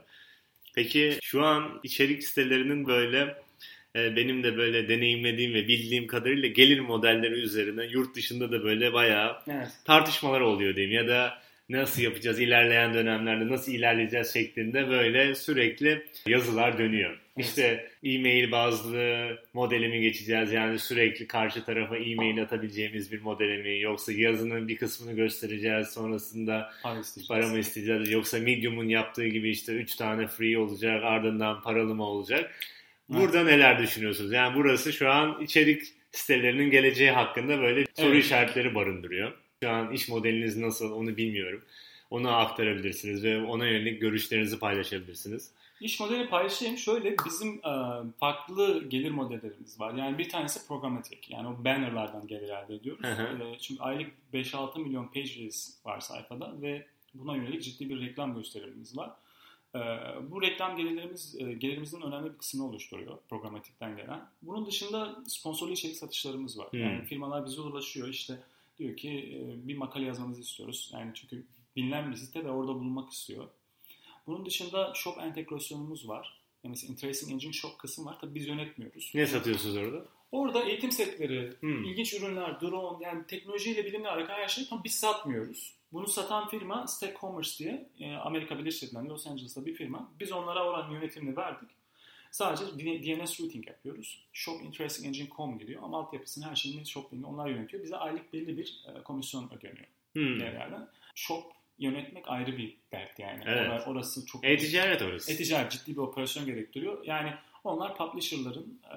Speaker 7: Peki şu an içerik sitelerinin böyle e, benim de böyle deneyimlediğim ve bildiğim kadarıyla gelir modelleri üzerine yurt dışında da böyle bayağı evet. tartışmalar oluyor diyeyim. Ya da nasıl yapacağız, ilerleyen dönemlerde nasıl ilerleyeceğiz şeklinde böyle sürekli yazılar dönüyor. Evet. İşte e-mail bazlı modele mi geçeceğiz? Yani sürekli karşı tarafa e-mail atabileceğimiz bir modele mi? Yoksa yazının bir kısmını göstereceğiz, sonrasında para mı isteyeceğiz? Yoksa Medium'un yaptığı gibi işte üç tane free olacak, ardından paralı mı olacak? Burada evet. neler düşünüyorsunuz? Yani burası şu an içerik sitelerinin geleceği hakkında böyle soru evet. işaretleri barındırıyor. Şu an iş modeliniz nasıl onu bilmiyorum. Onu aktarabilirsiniz ve ona yönelik görüşlerinizi paylaşabilirsiniz.
Speaker 8: İş modeli paylaşayım. Şöyle bizim e, farklı gelir modellerimiz var. Yani bir tanesi programatik. Yani o bannerlardan gelir elde ediyoruz. E, çünkü aylık beş altı milyon page views var sayfada ve buna yönelik ciddi bir reklam gösterimimiz var. E, bu reklam gelirlerimiz e, gelirimizin önemli bir kısmını oluşturuyor programatikten gelen. Bunun dışında sponsorlu içerik satışlarımız var. Hmm. Yani firmalar bize ulaşıyor. İşte Diyor ki e, bir makale yazmanızı istiyoruz. Yani çünkü bilinen bir site ve orada bulunmak istiyor. Bunun dışında shop entegrasyonumuz var. Yani mesela Interesting Engine Shop kısmı var. Tabii biz yönetmiyoruz.
Speaker 7: Ne satıyorsunuz orada?
Speaker 8: Orada eğitim setleri,
Speaker 7: Hmm.
Speaker 8: ilginç ürünler, drone, yani teknolojiyle bilimle alakalı her şeyi tam biz satmıyoruz. Bunu satan firma Stack Commerce diye e, Amerika Birleşik Devletleri'nde Los Angeles'ta bir firma. Biz onlara oranın yönetimini verdik. Sadece D N S routing yapıyoruz. Shop Interesting Engine nokta com geliyor ama altyapısını, her şeyini shopping'i onlar yönetiyor. Bize aylık belli bir e, komisyon ödeniyor.
Speaker 7: Hmm.
Speaker 8: Değerlerden. Shop yönetmek ayrı bir dert yani.
Speaker 7: Evet.
Speaker 8: Orası çok...
Speaker 7: E-ticaret orası.
Speaker 8: E-ticaret ciddi bir operasyon gerektiriyor. Yani onlar publisher'ların e,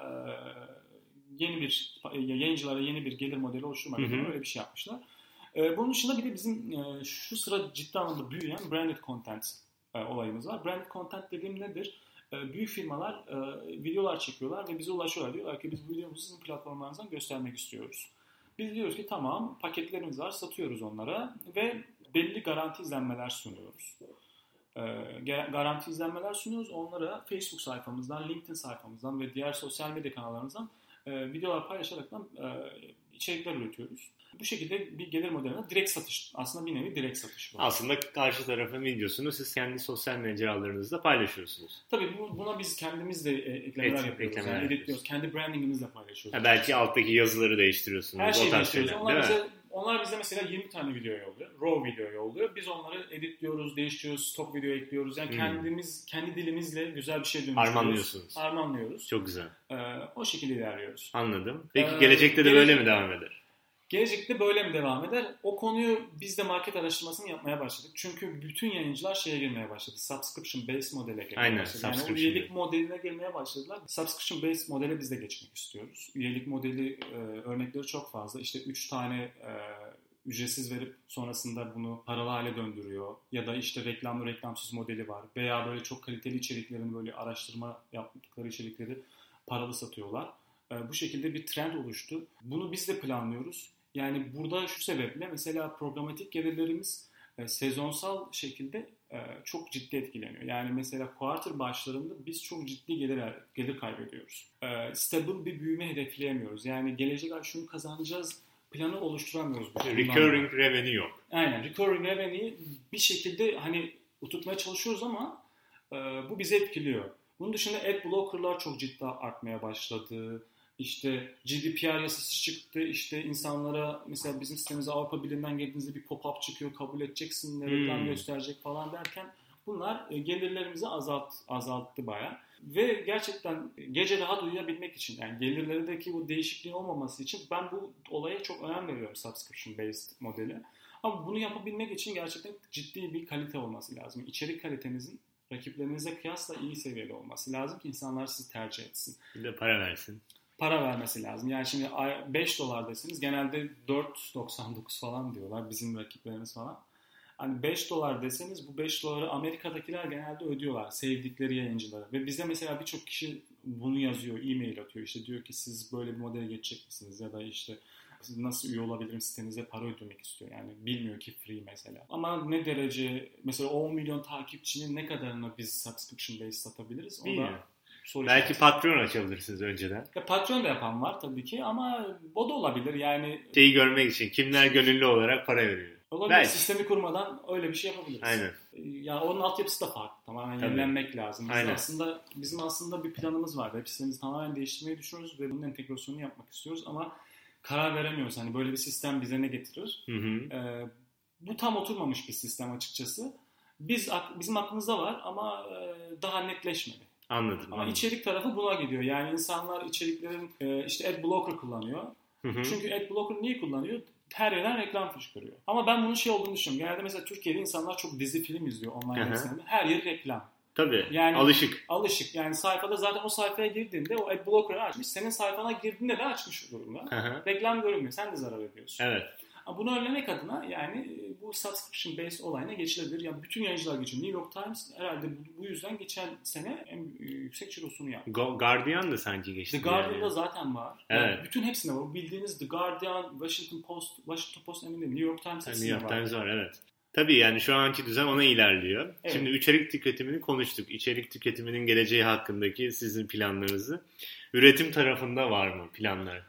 Speaker 8: yeni bir yayıncılara yeni bir gelir modeli oluşturmak için öyle bir şey yapmışlar. E, bunun dışında bir de bizim e, şu sıra ciddi anlamda büyüyen branded content e, olayımız var. Branded content dediğim nedir? E, büyük firmalar e, videolar çekiyorlar ve bize ulaşıyorlar. Diyorlar ki biz bu videomuzu sizin platformlarınızdan göstermek istiyoruz. Biz diyoruz ki tamam, paketlerimiz var, satıyoruz onlara ve belli garanti izlenmeler sunuyoruz. E, garanti izlenmeler sunuyoruz. Onlara Facebook sayfamızdan, LinkedIn sayfamızdan ve diğer sosyal medya kanallarımızdan e, videolar paylaşaraktan e, içerikler üretiyoruz. Bu şekilde bir gelir modeline direkt satış. Aslında bir nevi direkt satış var.
Speaker 7: Aslında karşı tarafın videosunu siz kendi sosyal mecralarınızda paylaşıyorsunuz.
Speaker 8: Tabii bu, buna biz kendimiz de e, eklemeler
Speaker 7: Et,
Speaker 8: yapıyoruz.
Speaker 7: eklemeler
Speaker 8: Yani editliyoruz. Kendi brandingimizle paylaşıyoruz.
Speaker 7: Ha, belki alttaki yazıları değiştiriyorsunuz.
Speaker 8: Her şeyi
Speaker 7: o tarz
Speaker 8: değiştiriyoruz.
Speaker 7: şeyler,
Speaker 8: Onlar bize, onlar bize mesela yirmi tane video yolluyor. Raw video yolluyor. Biz onları editliyoruz, değiştiriyoruz, stok video ekliyoruz. Yani hmm. kendimiz, kendi dilimizle güzel bir şey dönüştürüyoruz.
Speaker 7: Harmanlıyorsunuz.
Speaker 8: Harmanlıyoruz.
Speaker 7: Çok güzel.
Speaker 8: Ee, o şekilde ilerliyoruz.
Speaker 7: Anladım. Peki
Speaker 8: ee,
Speaker 7: gelecekte de
Speaker 8: gelecek...
Speaker 7: böyle mi devam eder?
Speaker 8: Gelecekte böyle mi devam eder? O konuyu biz de market araştırmasını yapmaya başladık. Çünkü bütün yayıncılar şeye girmeye başladı. Subscription based modele girmeye
Speaker 7: Aynen,
Speaker 8: başladı. Yani o üyelik modeline girmeye başladılar. Subscription based modele biz de geçmek istiyoruz. Üyelik modeli e, örnekleri çok fazla. İşte üç tane e, ücretsiz verip sonrasında bunu paralı hale döndürüyor. Ya da işte reklamlı reklamsız modeli var. Veya böyle çok kaliteli içeriklerin, böyle araştırma yaptıkları içerikleri paralı satıyorlar. E, bu şekilde bir trend oluştu. Bunu biz de planlıyoruz. Yani burada şu sebeple mesela programatik gelirlerimiz e, sezonsal şekilde e, çok ciddi etkileniyor. Yani mesela quarter başlarında biz çok ciddi gelir gelir kaybediyoruz. E, stable bir büyüme hedefleyemiyoruz. Yani gelecek ay şunu kazanacağız planı oluşturamıyoruz.
Speaker 7: Recurring revenue yok.
Speaker 8: Aynen. Recurring revenue'yi bir şekilde hani oturtmaya çalışıyoruz ama e, bu bizi etkiliyor. Bunun dışında ad blocker'lar çok ciddi artmaya başladı. İşte G D P R yasası çıktı. İşte insanlara mesela bizim sitemize Avrupa Birliği'nden girdiğinizde bir pop-up çıkıyor. Kabul edeceksin, reklam hmm. gösterecek falan derken bunlar gelirlerimizi azalt, azalttı bayağı. Ve gerçekten gece rahat uyuyabilmek için, yani gelirlerindeki bu değişikliğin olmaması için ben bu olaya çok önem veriyorum, subscription based modeli. Ama bunu yapabilmek için gerçekten ciddi bir kalite olması lazım. İçerik kalitenizin rakiplerinize kıyasla iyi seviyede olması lazım ki insanlar sizi tercih etsin.
Speaker 7: Bir de para versin.
Speaker 8: Para vermesi lazım. Yani şimdi beş dolar deseniz genelde dört doksan dokuz falan diyorlar bizim rakiplerimiz falan. Hani beş dolar deseniz bu beş doları Amerika'dakiler genelde ödüyorlar sevdikleri yayıncılara. Ve bize mesela birçok kişi bunu yazıyor, e-mail atıyor. İşte diyor ki siz böyle bir modele geçecek misiniz? Ya da işte siz nasıl üye olabilirim, sitenize para ödemek istiyor. Yani bilmiyor ki free mesela. Ama ne derece mesela on milyon takipçinin ne kadarına biz subscription based satabiliriz? O
Speaker 7: Bilmiyorum.
Speaker 8: da soru
Speaker 7: belki
Speaker 8: işareti.
Speaker 7: Patreon açabilirsiniz önceden.
Speaker 8: Ya Patreon da yapan var tabii ki ama o da olabilir yani.
Speaker 7: Şeyi görmek için kimler gönüllü olarak para veriyor.
Speaker 8: Olabilir. Belki. Sistemi kurmadan öyle bir şey yapabiliriz.
Speaker 7: Aynen.
Speaker 8: Yani onun altyapısı da farklı. Tamamen tabii. Yenilenmek lazım. Biz
Speaker 7: Aynen.
Speaker 8: aslında bizim aslında bir planımız var. Web sitemizi tamamen değiştirmeyi düşünüyoruz ve bunun entegrasyonunu yapmak istiyoruz ama karar veremiyoruz. Hani böyle bir sistem bize ne getirir?
Speaker 7: Hı hı.
Speaker 8: Ee, bu tam oturmamış bir sistem açıkçası. Biz bizim aklımızda var ama daha netleşmedi.
Speaker 7: Anladım.
Speaker 8: Ama
Speaker 7: anladım.
Speaker 8: içerik tarafı buna gidiyor. Yani insanlar içeriklerin işte ad blocker kullanıyor. Hı hı. Çünkü ad blocker niye kullanıyor? Her yerden reklam fışkırıyor. Ama ben bunun şey olduğunu düşünüyorum. Genelde mesela Türkiye'de insanlar çok dizi film izliyor online web. Her yer reklam.
Speaker 7: Tabii.
Speaker 8: Yani
Speaker 7: alışık.
Speaker 8: Alışık. Yani sayfada zaten o sayfaya girdiğinde o ad blocker'ı açmış. Senin sayfana girdiğinde de açmış durumda. Hı-hı. Reklam görünmüyor. Sen de zarar ediyorsun.
Speaker 7: Evet.
Speaker 8: Ama bunu önlemek adına yani bu subscription based olayına geçilebilir. Yani bütün yayıncılar geçiyor. New York Times herhalde bu yüzden geçen sene en yüksek cirosunu yaptı.
Speaker 7: Guardian da sanki geçti.
Speaker 8: The Guardian'da yani. Zaten var.
Speaker 7: Evet.
Speaker 8: Yani bütün hepsinde var. Bildiğiniz The Guardian, Washington Post, Washington Post emin değilim. New York Times hepsinde
Speaker 7: New York
Speaker 8: var.
Speaker 7: Times var evet. Tabii yani şu anki düzen ona ilerliyor. Evet. Şimdi içerik tüketimini konuştuk. İçerik tüketiminin geleceği hakkındaki sizin planlarınızı. Üretim tarafında var mı planlar?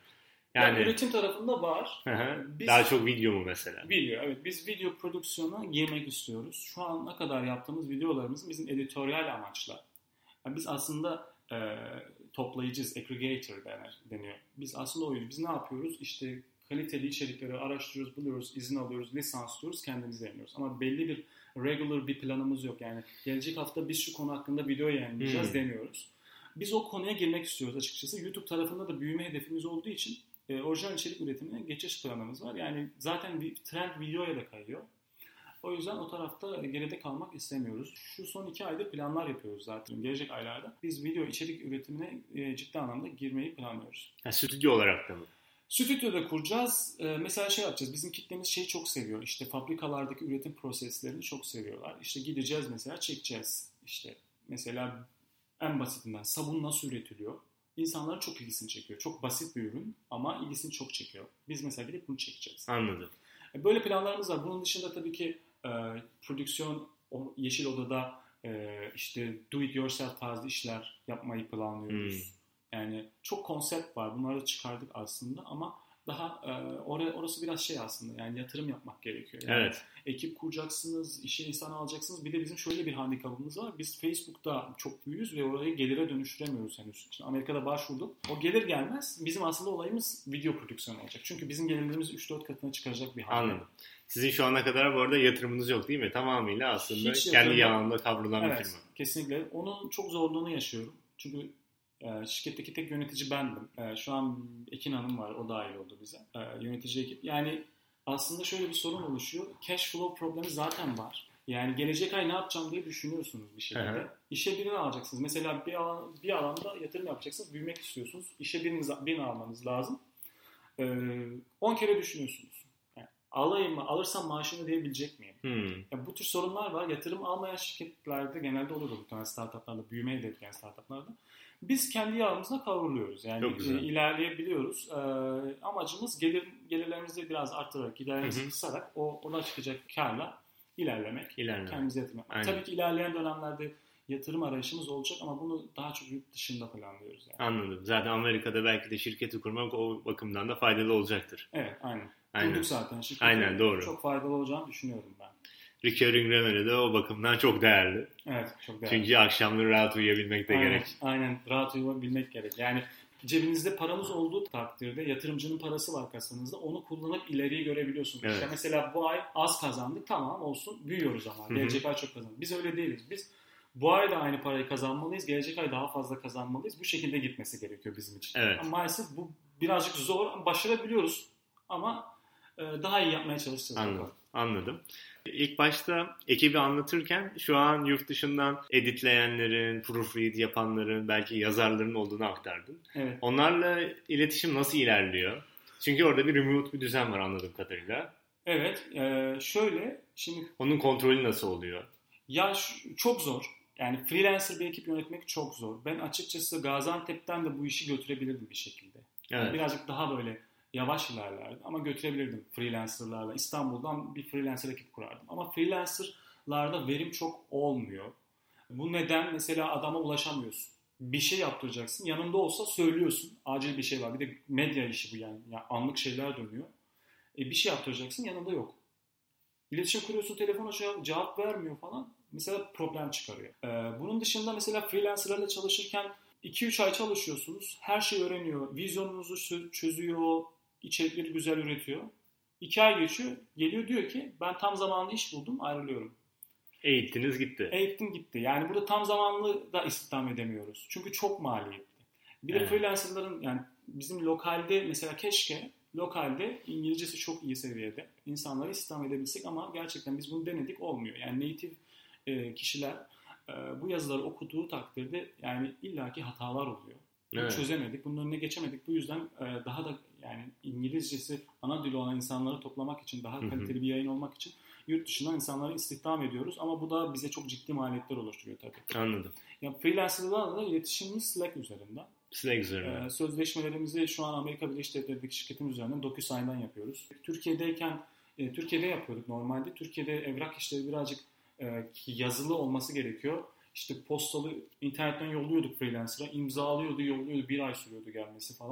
Speaker 7: Yani,
Speaker 8: yani üretim tarafında var.
Speaker 7: Biz, daha çok video mu mesela?
Speaker 8: Video, evet. Biz video prodüksiyona girmek istiyoruz. Şu ana kadar yaptığımız videolarımız bizim editoryal amaçlar. Yani biz aslında e, toplayıcıyız, aggregator denir, deniyor. Biz aslında oyuz. Biz ne yapıyoruz? İşte kaliteli içerikleri araştırıyoruz, buluyoruz, izin alıyoruz, lisanslıyoruz, kendimiz yayınlıyoruz. Ama belli bir regular bir planımız yok. Yani gelecek hafta biz şu konu hakkında video yayınlayacağız hmm. demiyoruz. Biz o konuya girmek istiyoruz açıkçası. YouTube tarafında da büyüme hedefimiz olduğu için e, orijinal içerik üretimine geçiş planımız var. Yani zaten bir trend videoya da kayıyor. O yüzden o tarafta geride kalmak istemiyoruz. Şu son iki ayda planlar yapıyoruz zaten. Gelecek aylarda biz video içerik üretimine e, ciddi anlamda girmeyi planlıyoruz.
Speaker 7: Ha, stüdyo olarak da mı?
Speaker 8: Stüdyoda kuracağız. Ee, mesela şey yapacağız. Bizim kitlemiz şeyi çok seviyor. İşte fabrikalardaki üretim proseslerini çok seviyorlar. İşte gideceğiz mesela, çekeceğiz. İşte mesela en basitinden sabun nasıl üretiliyor? İnsanların çok ilgisini çekiyor. Çok basit bir ürün ama ilgisini çok çekiyor. Biz mesela gidip bunu çekeceğiz.
Speaker 7: Anladım.
Speaker 8: Böyle planlarımız var. Bunun dışında tabii ki e, prodüksiyon, o Yeşil Oda'da e, işte do it yourself tarzı işler yapmayı planlıyoruz. Hmm. Yani çok konsept var. Bunları da çıkardık aslında ama daha e, or- orası biraz şey aslında. Yani yatırım yapmak gerekiyor. Yani
Speaker 7: evet.
Speaker 8: Ekip kuracaksınız, işe insan alacaksınız. Bir de bizim şöyle bir handikapımız var. Biz Facebook'ta çok büyüğüz ve orayı gelire dönüştüremiyoruz henüz. Şimdi Amerika'da başvurduk. O gelir gelmez bizim aslında olayımız video prodüksiyonu olacak. Çünkü bizim gelirlerimiz üç dört katına çıkaracak bir hal.
Speaker 7: Anladım. Sizin şu ana kadar bu arada yatırımınız yok değil mi? Tamamıyla aslında hiç kendi yağında kavrulan
Speaker 8: evet,
Speaker 7: bir firma.
Speaker 8: Kesinlikle. Onun çok zorluğunu yaşıyorum. Çünkü Ee, şirketteki tek yönetici bendim. Ee, şu an Ekin Hanım var. O dahil oldu bize. Ee, yönetici ekip. Yani aslında şöyle bir sorun oluşuyor. Cash flow problemi zaten var. Yani gelecek ay ne yapacağım diye düşünüyorsunuz bir şekilde. Hı-hı. İşe birini alacaksınız. Mesela bir, alan, bir alanda yatırım yapacaksınız. Büyümek istiyorsunuz. İşe biriniz, birini almanız lazım. on kere düşünüyorsunuz. Yani, alayım mı? Alırsam maaşını ödeyebilecek miyim? Hmm. Yani bu tür sorunlar var. Yatırım almayan şirketlerde genelde olur bu tane startuplarda. Büyümeyi hedefleyen startuplarda. Biz kendi yağımızla kavruluyoruz. Yani e, ilerleyebiliyoruz. E, amacımız gelir, gelirlerimizi biraz arttırarak, giderlerimizi kısarak o ona çıkacak kârla ilerlemek. İlerlemek. Kendimize yatırım yapmak. Tabii ki ilerleyen dönemlerde yatırım arayışımız olacak ama bunu daha çok yurt dışında planlıyoruz. Yani.
Speaker 7: Anladım. Zaten Amerika'da belki de şirketi kurmak o bakımdan da faydalı olacaktır.
Speaker 8: Evet, aynen. aynen. Kurduk zaten şirketi.
Speaker 7: Aynen, doğru.
Speaker 8: Çok faydalı olacağını düşünüyorum ben.
Speaker 7: Recurring revenue de o bakımdan çok değerli.
Speaker 8: Evet, çok değerli.
Speaker 7: Çünkü akşamları rahat uyuyabilmek de
Speaker 8: aynen,
Speaker 7: gerek.
Speaker 8: Aynen, rahat uyuyabilmek gerek. Yani cebinizde paramız olduğu takdirde yatırımcının parası var kasanızda. Onu kullanıp ileriyi görebiliyorsunuz. Evet. İşte mesela bu ay az kazandık, tamam olsun, büyüyoruz ama. Gelecek ay çok kazandık. Biz öyle değiliz. Biz bu ay da aynı parayı kazanmalıyız. Gelecek ay daha fazla kazanmalıyız. Bu şekilde gitmesi gerekiyor bizim için.
Speaker 7: Evet.
Speaker 8: Ama maalesef bu birazcık zor. Başarabiliyoruz ama daha iyi yapmaya çalışacağız.
Speaker 7: Anladım. Anladım. İlk başta ekibi anlatırken şu an yurt dışından editleyenlerin, proofread yapanların, belki yazarların olduğunu aktardın.
Speaker 8: Evet.
Speaker 7: Onlarla iletişim nasıl ilerliyor? Çünkü orada bir remote bir düzen var anladığım kadarıyla.
Speaker 8: Evet. E, şöyle. Şimdi
Speaker 7: onun kontrolü nasıl oluyor?
Speaker 8: Ya şu, çok zor. Yani freelancer bir ekip yönetmek çok zor. Ben açıkçası Gaziantep'ten de bu işi götürebilirdim bir şekilde. Yani evet. Birazcık daha böyle yavaş ilerlerdim ama götürebilirdim freelancerlarla. İstanbul'dan bir freelancer ekip kurardım. Ama freelancerlarda verim çok olmuyor. Bu neden mesela adama ulaşamıyorsun. Bir şey yaptıracaksın. Yanında olsa söylüyorsun. Acil bir şey var. Bir de medya işi bu yani. yani anlık şeyler dönüyor. E bir şey yaptıracaksın, yanında yok. İletişim kuruyorsun, telefon açıyor, cevap vermiyor falan. Mesela problem çıkarıyor. Ee, bunun dışında mesela freelancerlarla çalışırken iki üç ay çalışıyorsunuz. Her şeyi öğreniyor. Vizyonunuzu çözüyor. İçerikleri güzel üretiyor. iki ay geçiyor. Geliyor diyor ki ben tam zamanlı iş buldum, ayrılıyorum.
Speaker 7: Eğittiniz gitti.
Speaker 8: Eğittim gitti. Yani burada tam zamanlı da istihdam edemiyoruz. Çünkü çok maliyetli. Bir de evet. freelancerların yani bizim lokalde mesela keşke lokalde İngilizcesi çok iyi seviyede insanları istihdam edebilsek ama gerçekten biz bunu denedik, olmuyor. Yani native e, kişiler e, bu yazıları okuduğu takdirde yani illaki hatalar oluyor. Bunu evet. çözemedik, bunun önüne geçemedik. Bu yüzden e, daha da yani İngilizcesi ana dili olan insanları toplamak için, daha kaliteli Hı-hı. bir yayın olmak için yurt dışından insanları istihdam ediyoruz. Ama bu da bize çok ciddi maliyetler oluşturuyor tabii.
Speaker 7: Anladım.
Speaker 8: Ya freelancerlarla da iletişimimiz Slack üzerinden.
Speaker 7: Slack üzerinden.
Speaker 8: Ee, sözleşmelerimizi şu an Amerika Birleşik Devletleri'ndeki şirketim üzerinden DocuSign'dan yapıyoruz. Türkiye'deyken, e, Türkiye'de yapıyorduk normalde. Türkiye'de evrak işleri birazcık e, yazılı olması gerekiyor. İşte postalı internetten yolluyorduk freelancer'a. İmzalıyordu, yolluyordu. Bir ay sürüyordu gelmesi falan.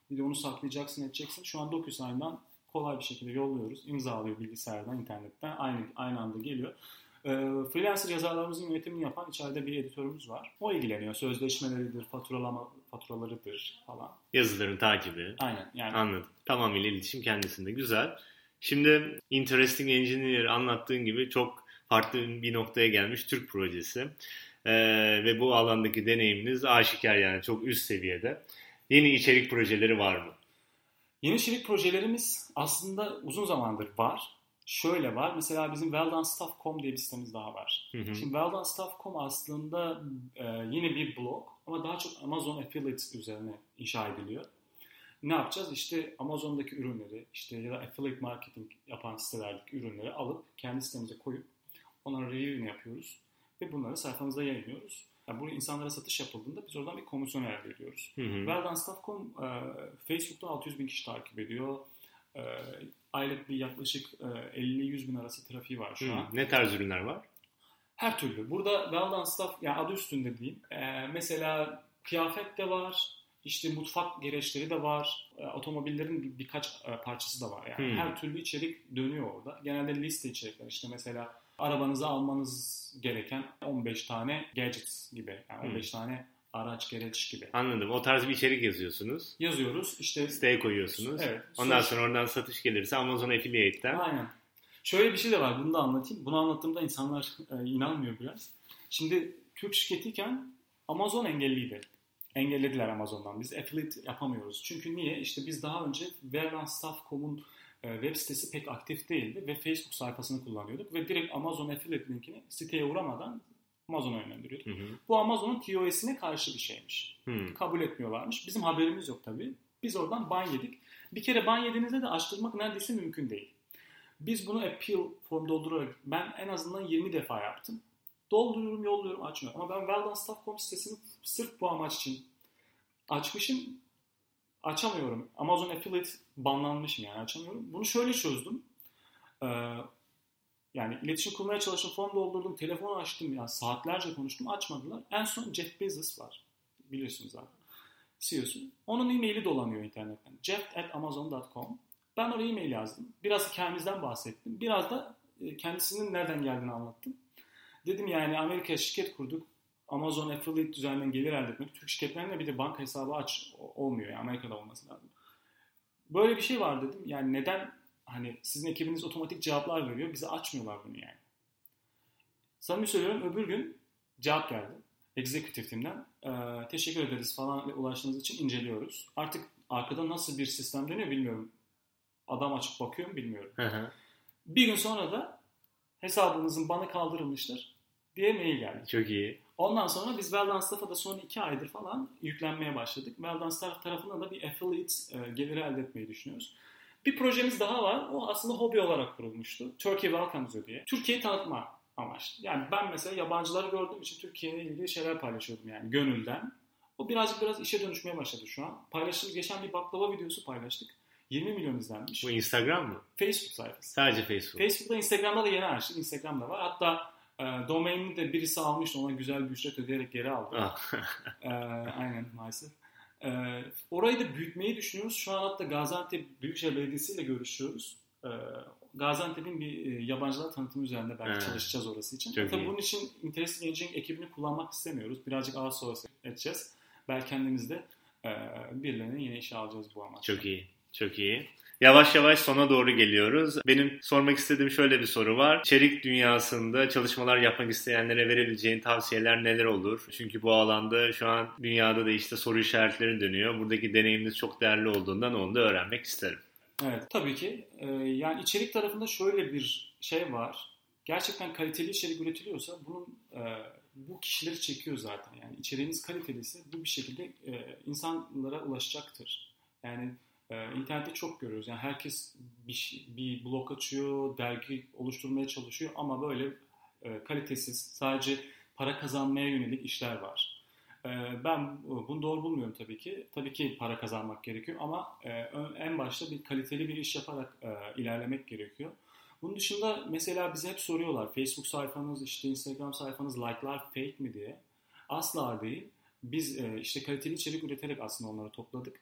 Speaker 8: Bir de onu saklayacaksın, edeceksin. Şu an DocuSign'dan kolay bir şekilde yolluyoruz. İmzalıyor bilgisayardan, internetten. Aynı aynı anda geliyor. E, freelancer yazarlarımızın yönetimini yapan içeride bir editörümüz var. O ilgileniyor. Sözleşmeleridir, faturalama faturalarıdır falan.
Speaker 7: Yazıların takibi.
Speaker 8: Aynen. Yani.
Speaker 7: Anladım. Tamamıyla iletişim kendisinde. Güzel. Şimdi Interesting Engineer anlattığın gibi çok farklı bir noktaya gelmiş Türk projesi. Ee, ve bu alandaki deneyiminiz aşikar, yani çok üst seviyede. Yeni içerik projeleri var mı?
Speaker 8: Yeni içerik projelerimiz aslında uzun zamandır var. Şöyle var. Mesela bizim welldonestuff nokta com diye bir sitemiz daha var. Hı hı. Şimdi welldonestuff nokta com aslında e, yine bir blog ama daha çok Amazon Affiliate üzerine inşa ediliyor. Ne yapacağız? İşte Amazon'daki ürünleri, işte ya da affiliate marketing yapan sitelerdeki ürünleri alıp kendi sitemize koyup onların review'ini yapıyoruz ve bunları sayfamızda yayınlıyoruz. Yani bunu insanlara satış yapıldığında biz oradan bir komisyon elde ediyoruz. welldonestuff nokta com e, Facebook'ta altı yüz bin kişi takip ediyor. E, aylık bir yaklaşık e, elli yüz bin arası trafiği var şu hmm. an.
Speaker 7: Ne tarz ürünler var?
Speaker 8: Her türlü. Burada welldonestuff, yani adı üstünde diyeyim. E, mesela kıyafet de var, işte mutfak gereçleri de var, e, otomobillerin bir, birkaç e, parçası da var. Yani hmm. her türlü içerik dönüyor orada. Genelde liste içerikler. İşte mesela arabanızı almanız gereken on beş tane gadgets gibi. Yani on beş hmm. tane araç, gereç gibi.
Speaker 7: Anladım. O tarz bir içerik yazıyorsunuz.
Speaker 8: Yazıyoruz. İşte
Speaker 7: siteye koyuyorsunuz.
Speaker 8: Evet.
Speaker 7: Ondan sonra oradan satış gelirse Amazon Affiliate'ten.
Speaker 8: Aynen. Şöyle bir şey de var. Bunu da anlatayım. Bunu anlattığımda insanlar e, inanmıyor biraz. Şimdi Türk şirketiyken Amazon engelliydi. Engellediler Amazon'dan. Biz affiliate yapamıyoruz. Çünkü niye? İşte biz daha önce welldonestuff nokta com'un e, web sitesi pek aktif değildi ve Facebook sayfasını kullanıyorduk ve direkt Amazon affiliate linkini siteye uğramadan Amazon'a yönlendiriyorduk. Hı hı. Bu Amazon'un T O S'ine karşı bir şeymiş. Hı. Kabul etmiyorlarmış. Bizim haberimiz yok tabii. Biz oradan ban yedik. Bir kere ban yediğinizde de açtırmak neredeyse mümkün değil. Biz bunu appeal form doldurarak ben en azından yirmi defa yaptım. Dolduruyorum, yolluyorum, açmıyorum. Ama ben welldonestuff nokta com sitesini sırf bu amaç için açmışım. Açamıyorum. Amazon Affiliate banlanmışım, yani açamıyorum. Bunu şöyle çözdüm. Ee, Yani iletişim kurmaya çalıştım, form doldurdum, telefonu açtım, yani saatlerce konuştum, açmadılar. En son Jeff Bezos var, biliyorsunuz zaten, C E O'su. Onun e-maili dolanıyor internetten, jeff at amazon nokta com. Ben oraya e-mail yazdım, biraz hikayemizden bahsettim, biraz da kendisinin nereden geldiğini anlattım. Dedim yani Amerika'ya şirket kurduk, Amazon Affiliate üzerinden gelir elde etmek, Türk şirketlerinde bir de banka hesabı aç olmuyor, yani Amerika'da olması lazım. Böyle bir şey var dedim, yani neden? Hani sizin ekibiniz otomatik cevaplar veriyor. Bize açmıyorlar bunu yani. Samimi söylüyorum, öbür gün cevap geldi. Executive Team'den. Ee, teşekkür ederiz falan ve ulaştığınız için inceliyoruz. Artık arkada nasıl bir sistem dönüyor bilmiyorum. Adam açıp bakıyor mu bilmiyorum. Hı hı. Bir gün sonra da hesabınızın banı kaldırılmıştır diye mail geldi.
Speaker 7: Çok iyi.
Speaker 8: Ondan sonra biz welldonestuff'a da son iki aydır falan yüklenmeye başladık. welldonestuff tarafında da bir affiliate e, geliri elde etmeyi düşünüyoruz. Bir projemiz daha var. O aslında hobi olarak kurulmuştu. Turkey Welcomes You diye. Türkiye'yi tanıtma amaçlı. Yani ben mesela yabancıları gördüğüm için Türkiye ile ilgili şeyler paylaşıyordum yani gönülden. O birazcık biraz işe dönüşmeye başladı şu an. Paylaştığımız geçen bir baklava videosu paylaştık. yirmi milyon izlenmiş.
Speaker 7: Bu Instagram mı?
Speaker 8: Facebook sayfası.
Speaker 7: Sadece Facebook.
Speaker 8: Facebook'ta, Instagram'da da yeni açtık. Instagram'da var. Hatta e, domainini de birisi almıştı. Ona güzel bir ücret ödeyerek geri aldı. e, aynen maalesef. Ee, orayı da büyütmeyi düşünüyoruz. Şu an hatta Gaziantep Büyükşehir Belediyesi ile görüşüyoruz. Ee, Gaziantep'in bir e, yabancılar tanıtımı üzerinde belki hmm. çalışacağız orası için. Çok Tabii iyi. Bunun için Interesting Engineering ekibini kullanmak istemiyoruz. Birazcık outsource edeceğiz. Belki kendimiz de e, birilerine yine işe alacağız bu amaçla.
Speaker 7: Çok iyi. Çok iyi. Yavaş yavaş sona doğru geliyoruz. Benim sormak istediğim şöyle bir soru var. İçerik dünyasında çalışmalar yapmak isteyenlere verebileceğin tavsiyeler neler olur? Çünkü bu alanda şu an dünyada da işte soru işaretleri dönüyor. Buradaki deneyiminiz çok değerli olduğundan onu da öğrenmek isterim.
Speaker 8: Evet, tabii ki. Ee, yani içerik tarafında şöyle bir şey var. Gerçekten kaliteli içerik üretiliyorsa bunun e, bu kişileri çekiyor zaten. Yani içeriğiniz kaliteliyse bu bir şekilde e, insanlara ulaşacaktır. Yani Ee, internette çok görüyoruz. Yani herkes bir, bir blog açıyor, dergi oluşturmaya çalışıyor ama böyle e, kalitesiz, sadece para kazanmaya yönelik işler var. E, ben bunu doğru bulmuyorum tabii ki. Tabii ki para kazanmak gerekiyor ama e, en başta bir kaliteli bir iş yaparak e, ilerlemek gerekiyor. Bunun dışında mesela bize hep soruyorlar, Facebook sayfanız, işte Instagram sayfanız like'lar fake mi diye. Asla değil. Biz e, işte kaliteli içerik üreterek aslında onları topladık.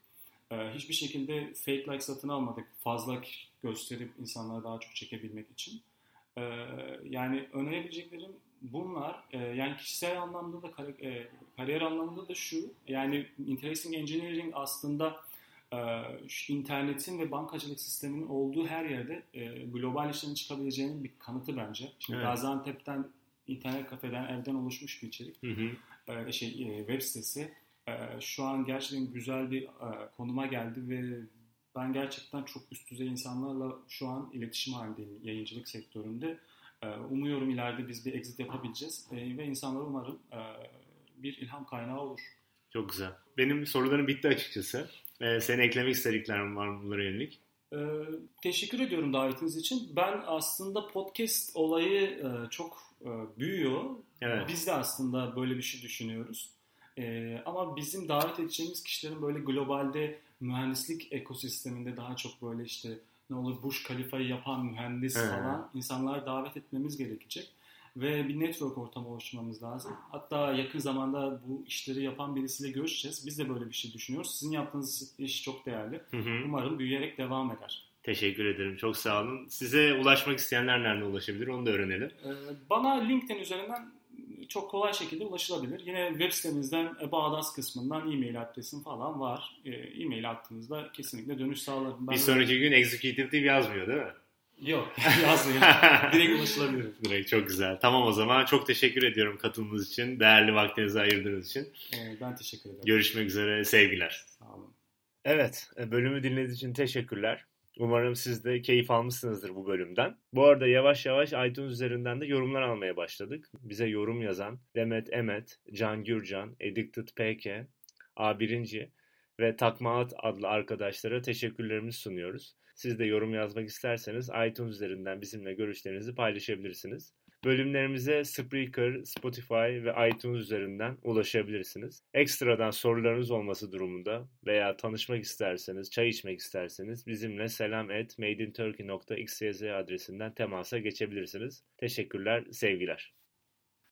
Speaker 8: Ee, hiçbir şekilde fake like satın almadık. Fazla gösterip insanları daha çok çekebilmek için. Ee, yani önerebileceklerim bunlar. Ee, yani kişisel anlamda da kar- kariyer anlamında da şu. Yani Interesting Engineering aslında e, şu internetin ve bankacılık sisteminin olduğu her yerde e, global işlerin çıkabileceğinin bir kanıtı bence. Şimdi evet. Gaziantep'ten, internet kafeden, evden oluşmuş bir içerik. Hı hı. E, şey e, web sitesi. E, şu an gerçekten güzel bir e, konuma geldi ve ben gerçekten çok üst düzey insanlarla şu an iletişim halindeyim yayıncılık sektöründe. E, umuyorum ileride biz bir exit yapabileceğiz e, ve insanlara umarım e, bir ilham kaynağı olur.
Speaker 7: Çok güzel. Benim sorularım bitti açıkçası. Ee, senin eklemek istediklerin var mı bunlara yönelik?
Speaker 8: Ee, teşekkür ediyorum davetiniz için. Ben aslında podcast olayı e, çok e, büyüyor. Evet. Biz de aslında böyle bir şey düşünüyoruz. E, ama bizim davet edeceğimiz kişilerin böyle globalde mühendislik ekosisteminde daha çok böyle işte ne olur Burj Khalifa'yı yapan mühendis evet. falan insanlar davet etmemiz gerekecek. Ve bir network ortamı oluşturmamız lazım. Hatta yakın zamanda bu işleri yapan birisiyle görüşeceğiz. Biz de böyle bir şey düşünüyoruz. Sizin yaptığınız iş çok değerli. Hı hı. Umarım büyüyerek devam eder.
Speaker 7: Teşekkür ederim. Çok sağ olun. Size ulaşmak isteyenler nerede ulaşabilir? Onu da öğrenelim.
Speaker 8: Ee, bana LinkedIn üzerinden çok kolay şekilde ulaşılabilir. Yine web sitemizden Bağdas kısmından e-mail adresim falan var. Ee, e-mail attığınızda kesinlikle dönüş sağlarım. Ben
Speaker 7: bir sonraki öyle... gün Executive Team yazmıyor değil mi?
Speaker 8: Yok yazmıyor. Direkt ulaşılabilir.
Speaker 7: Direkt çok güzel. Tamam o zaman çok teşekkür ediyorum katılımınız için. Değerli vaktinizi ayırdığınız için.
Speaker 8: Ee, ben teşekkür ederim.
Speaker 7: Görüşmek üzere. Sevgiler.
Speaker 8: Sağ olun.
Speaker 7: Evet, bölümü dinlediğiniz için teşekkürler. Umarım siz de keyif almışsınızdır bu bölümden. Bu arada yavaş yavaş iTunes üzerinden de yorumlar almaya başladık. Bize yorum yazan Demet Emet, Can Gürcan, Addicted P K, A birinci ve Takmaat adlı arkadaşlara teşekkürlerimizi sunuyoruz. Siz de yorum yazmak isterseniz iTunes üzerinden bizimle görüşlerinizi paylaşabilirsiniz. Bölümlerimize Spreaker, Spotify ve iTunes üzerinden ulaşabilirsiniz. Ekstradan sorularınız olması durumunda veya tanışmak isterseniz, çay içmek isterseniz bizimle selam at madeinturkey nokta xyz adresinden temasa geçebilirsiniz. Teşekkürler, sevgiler.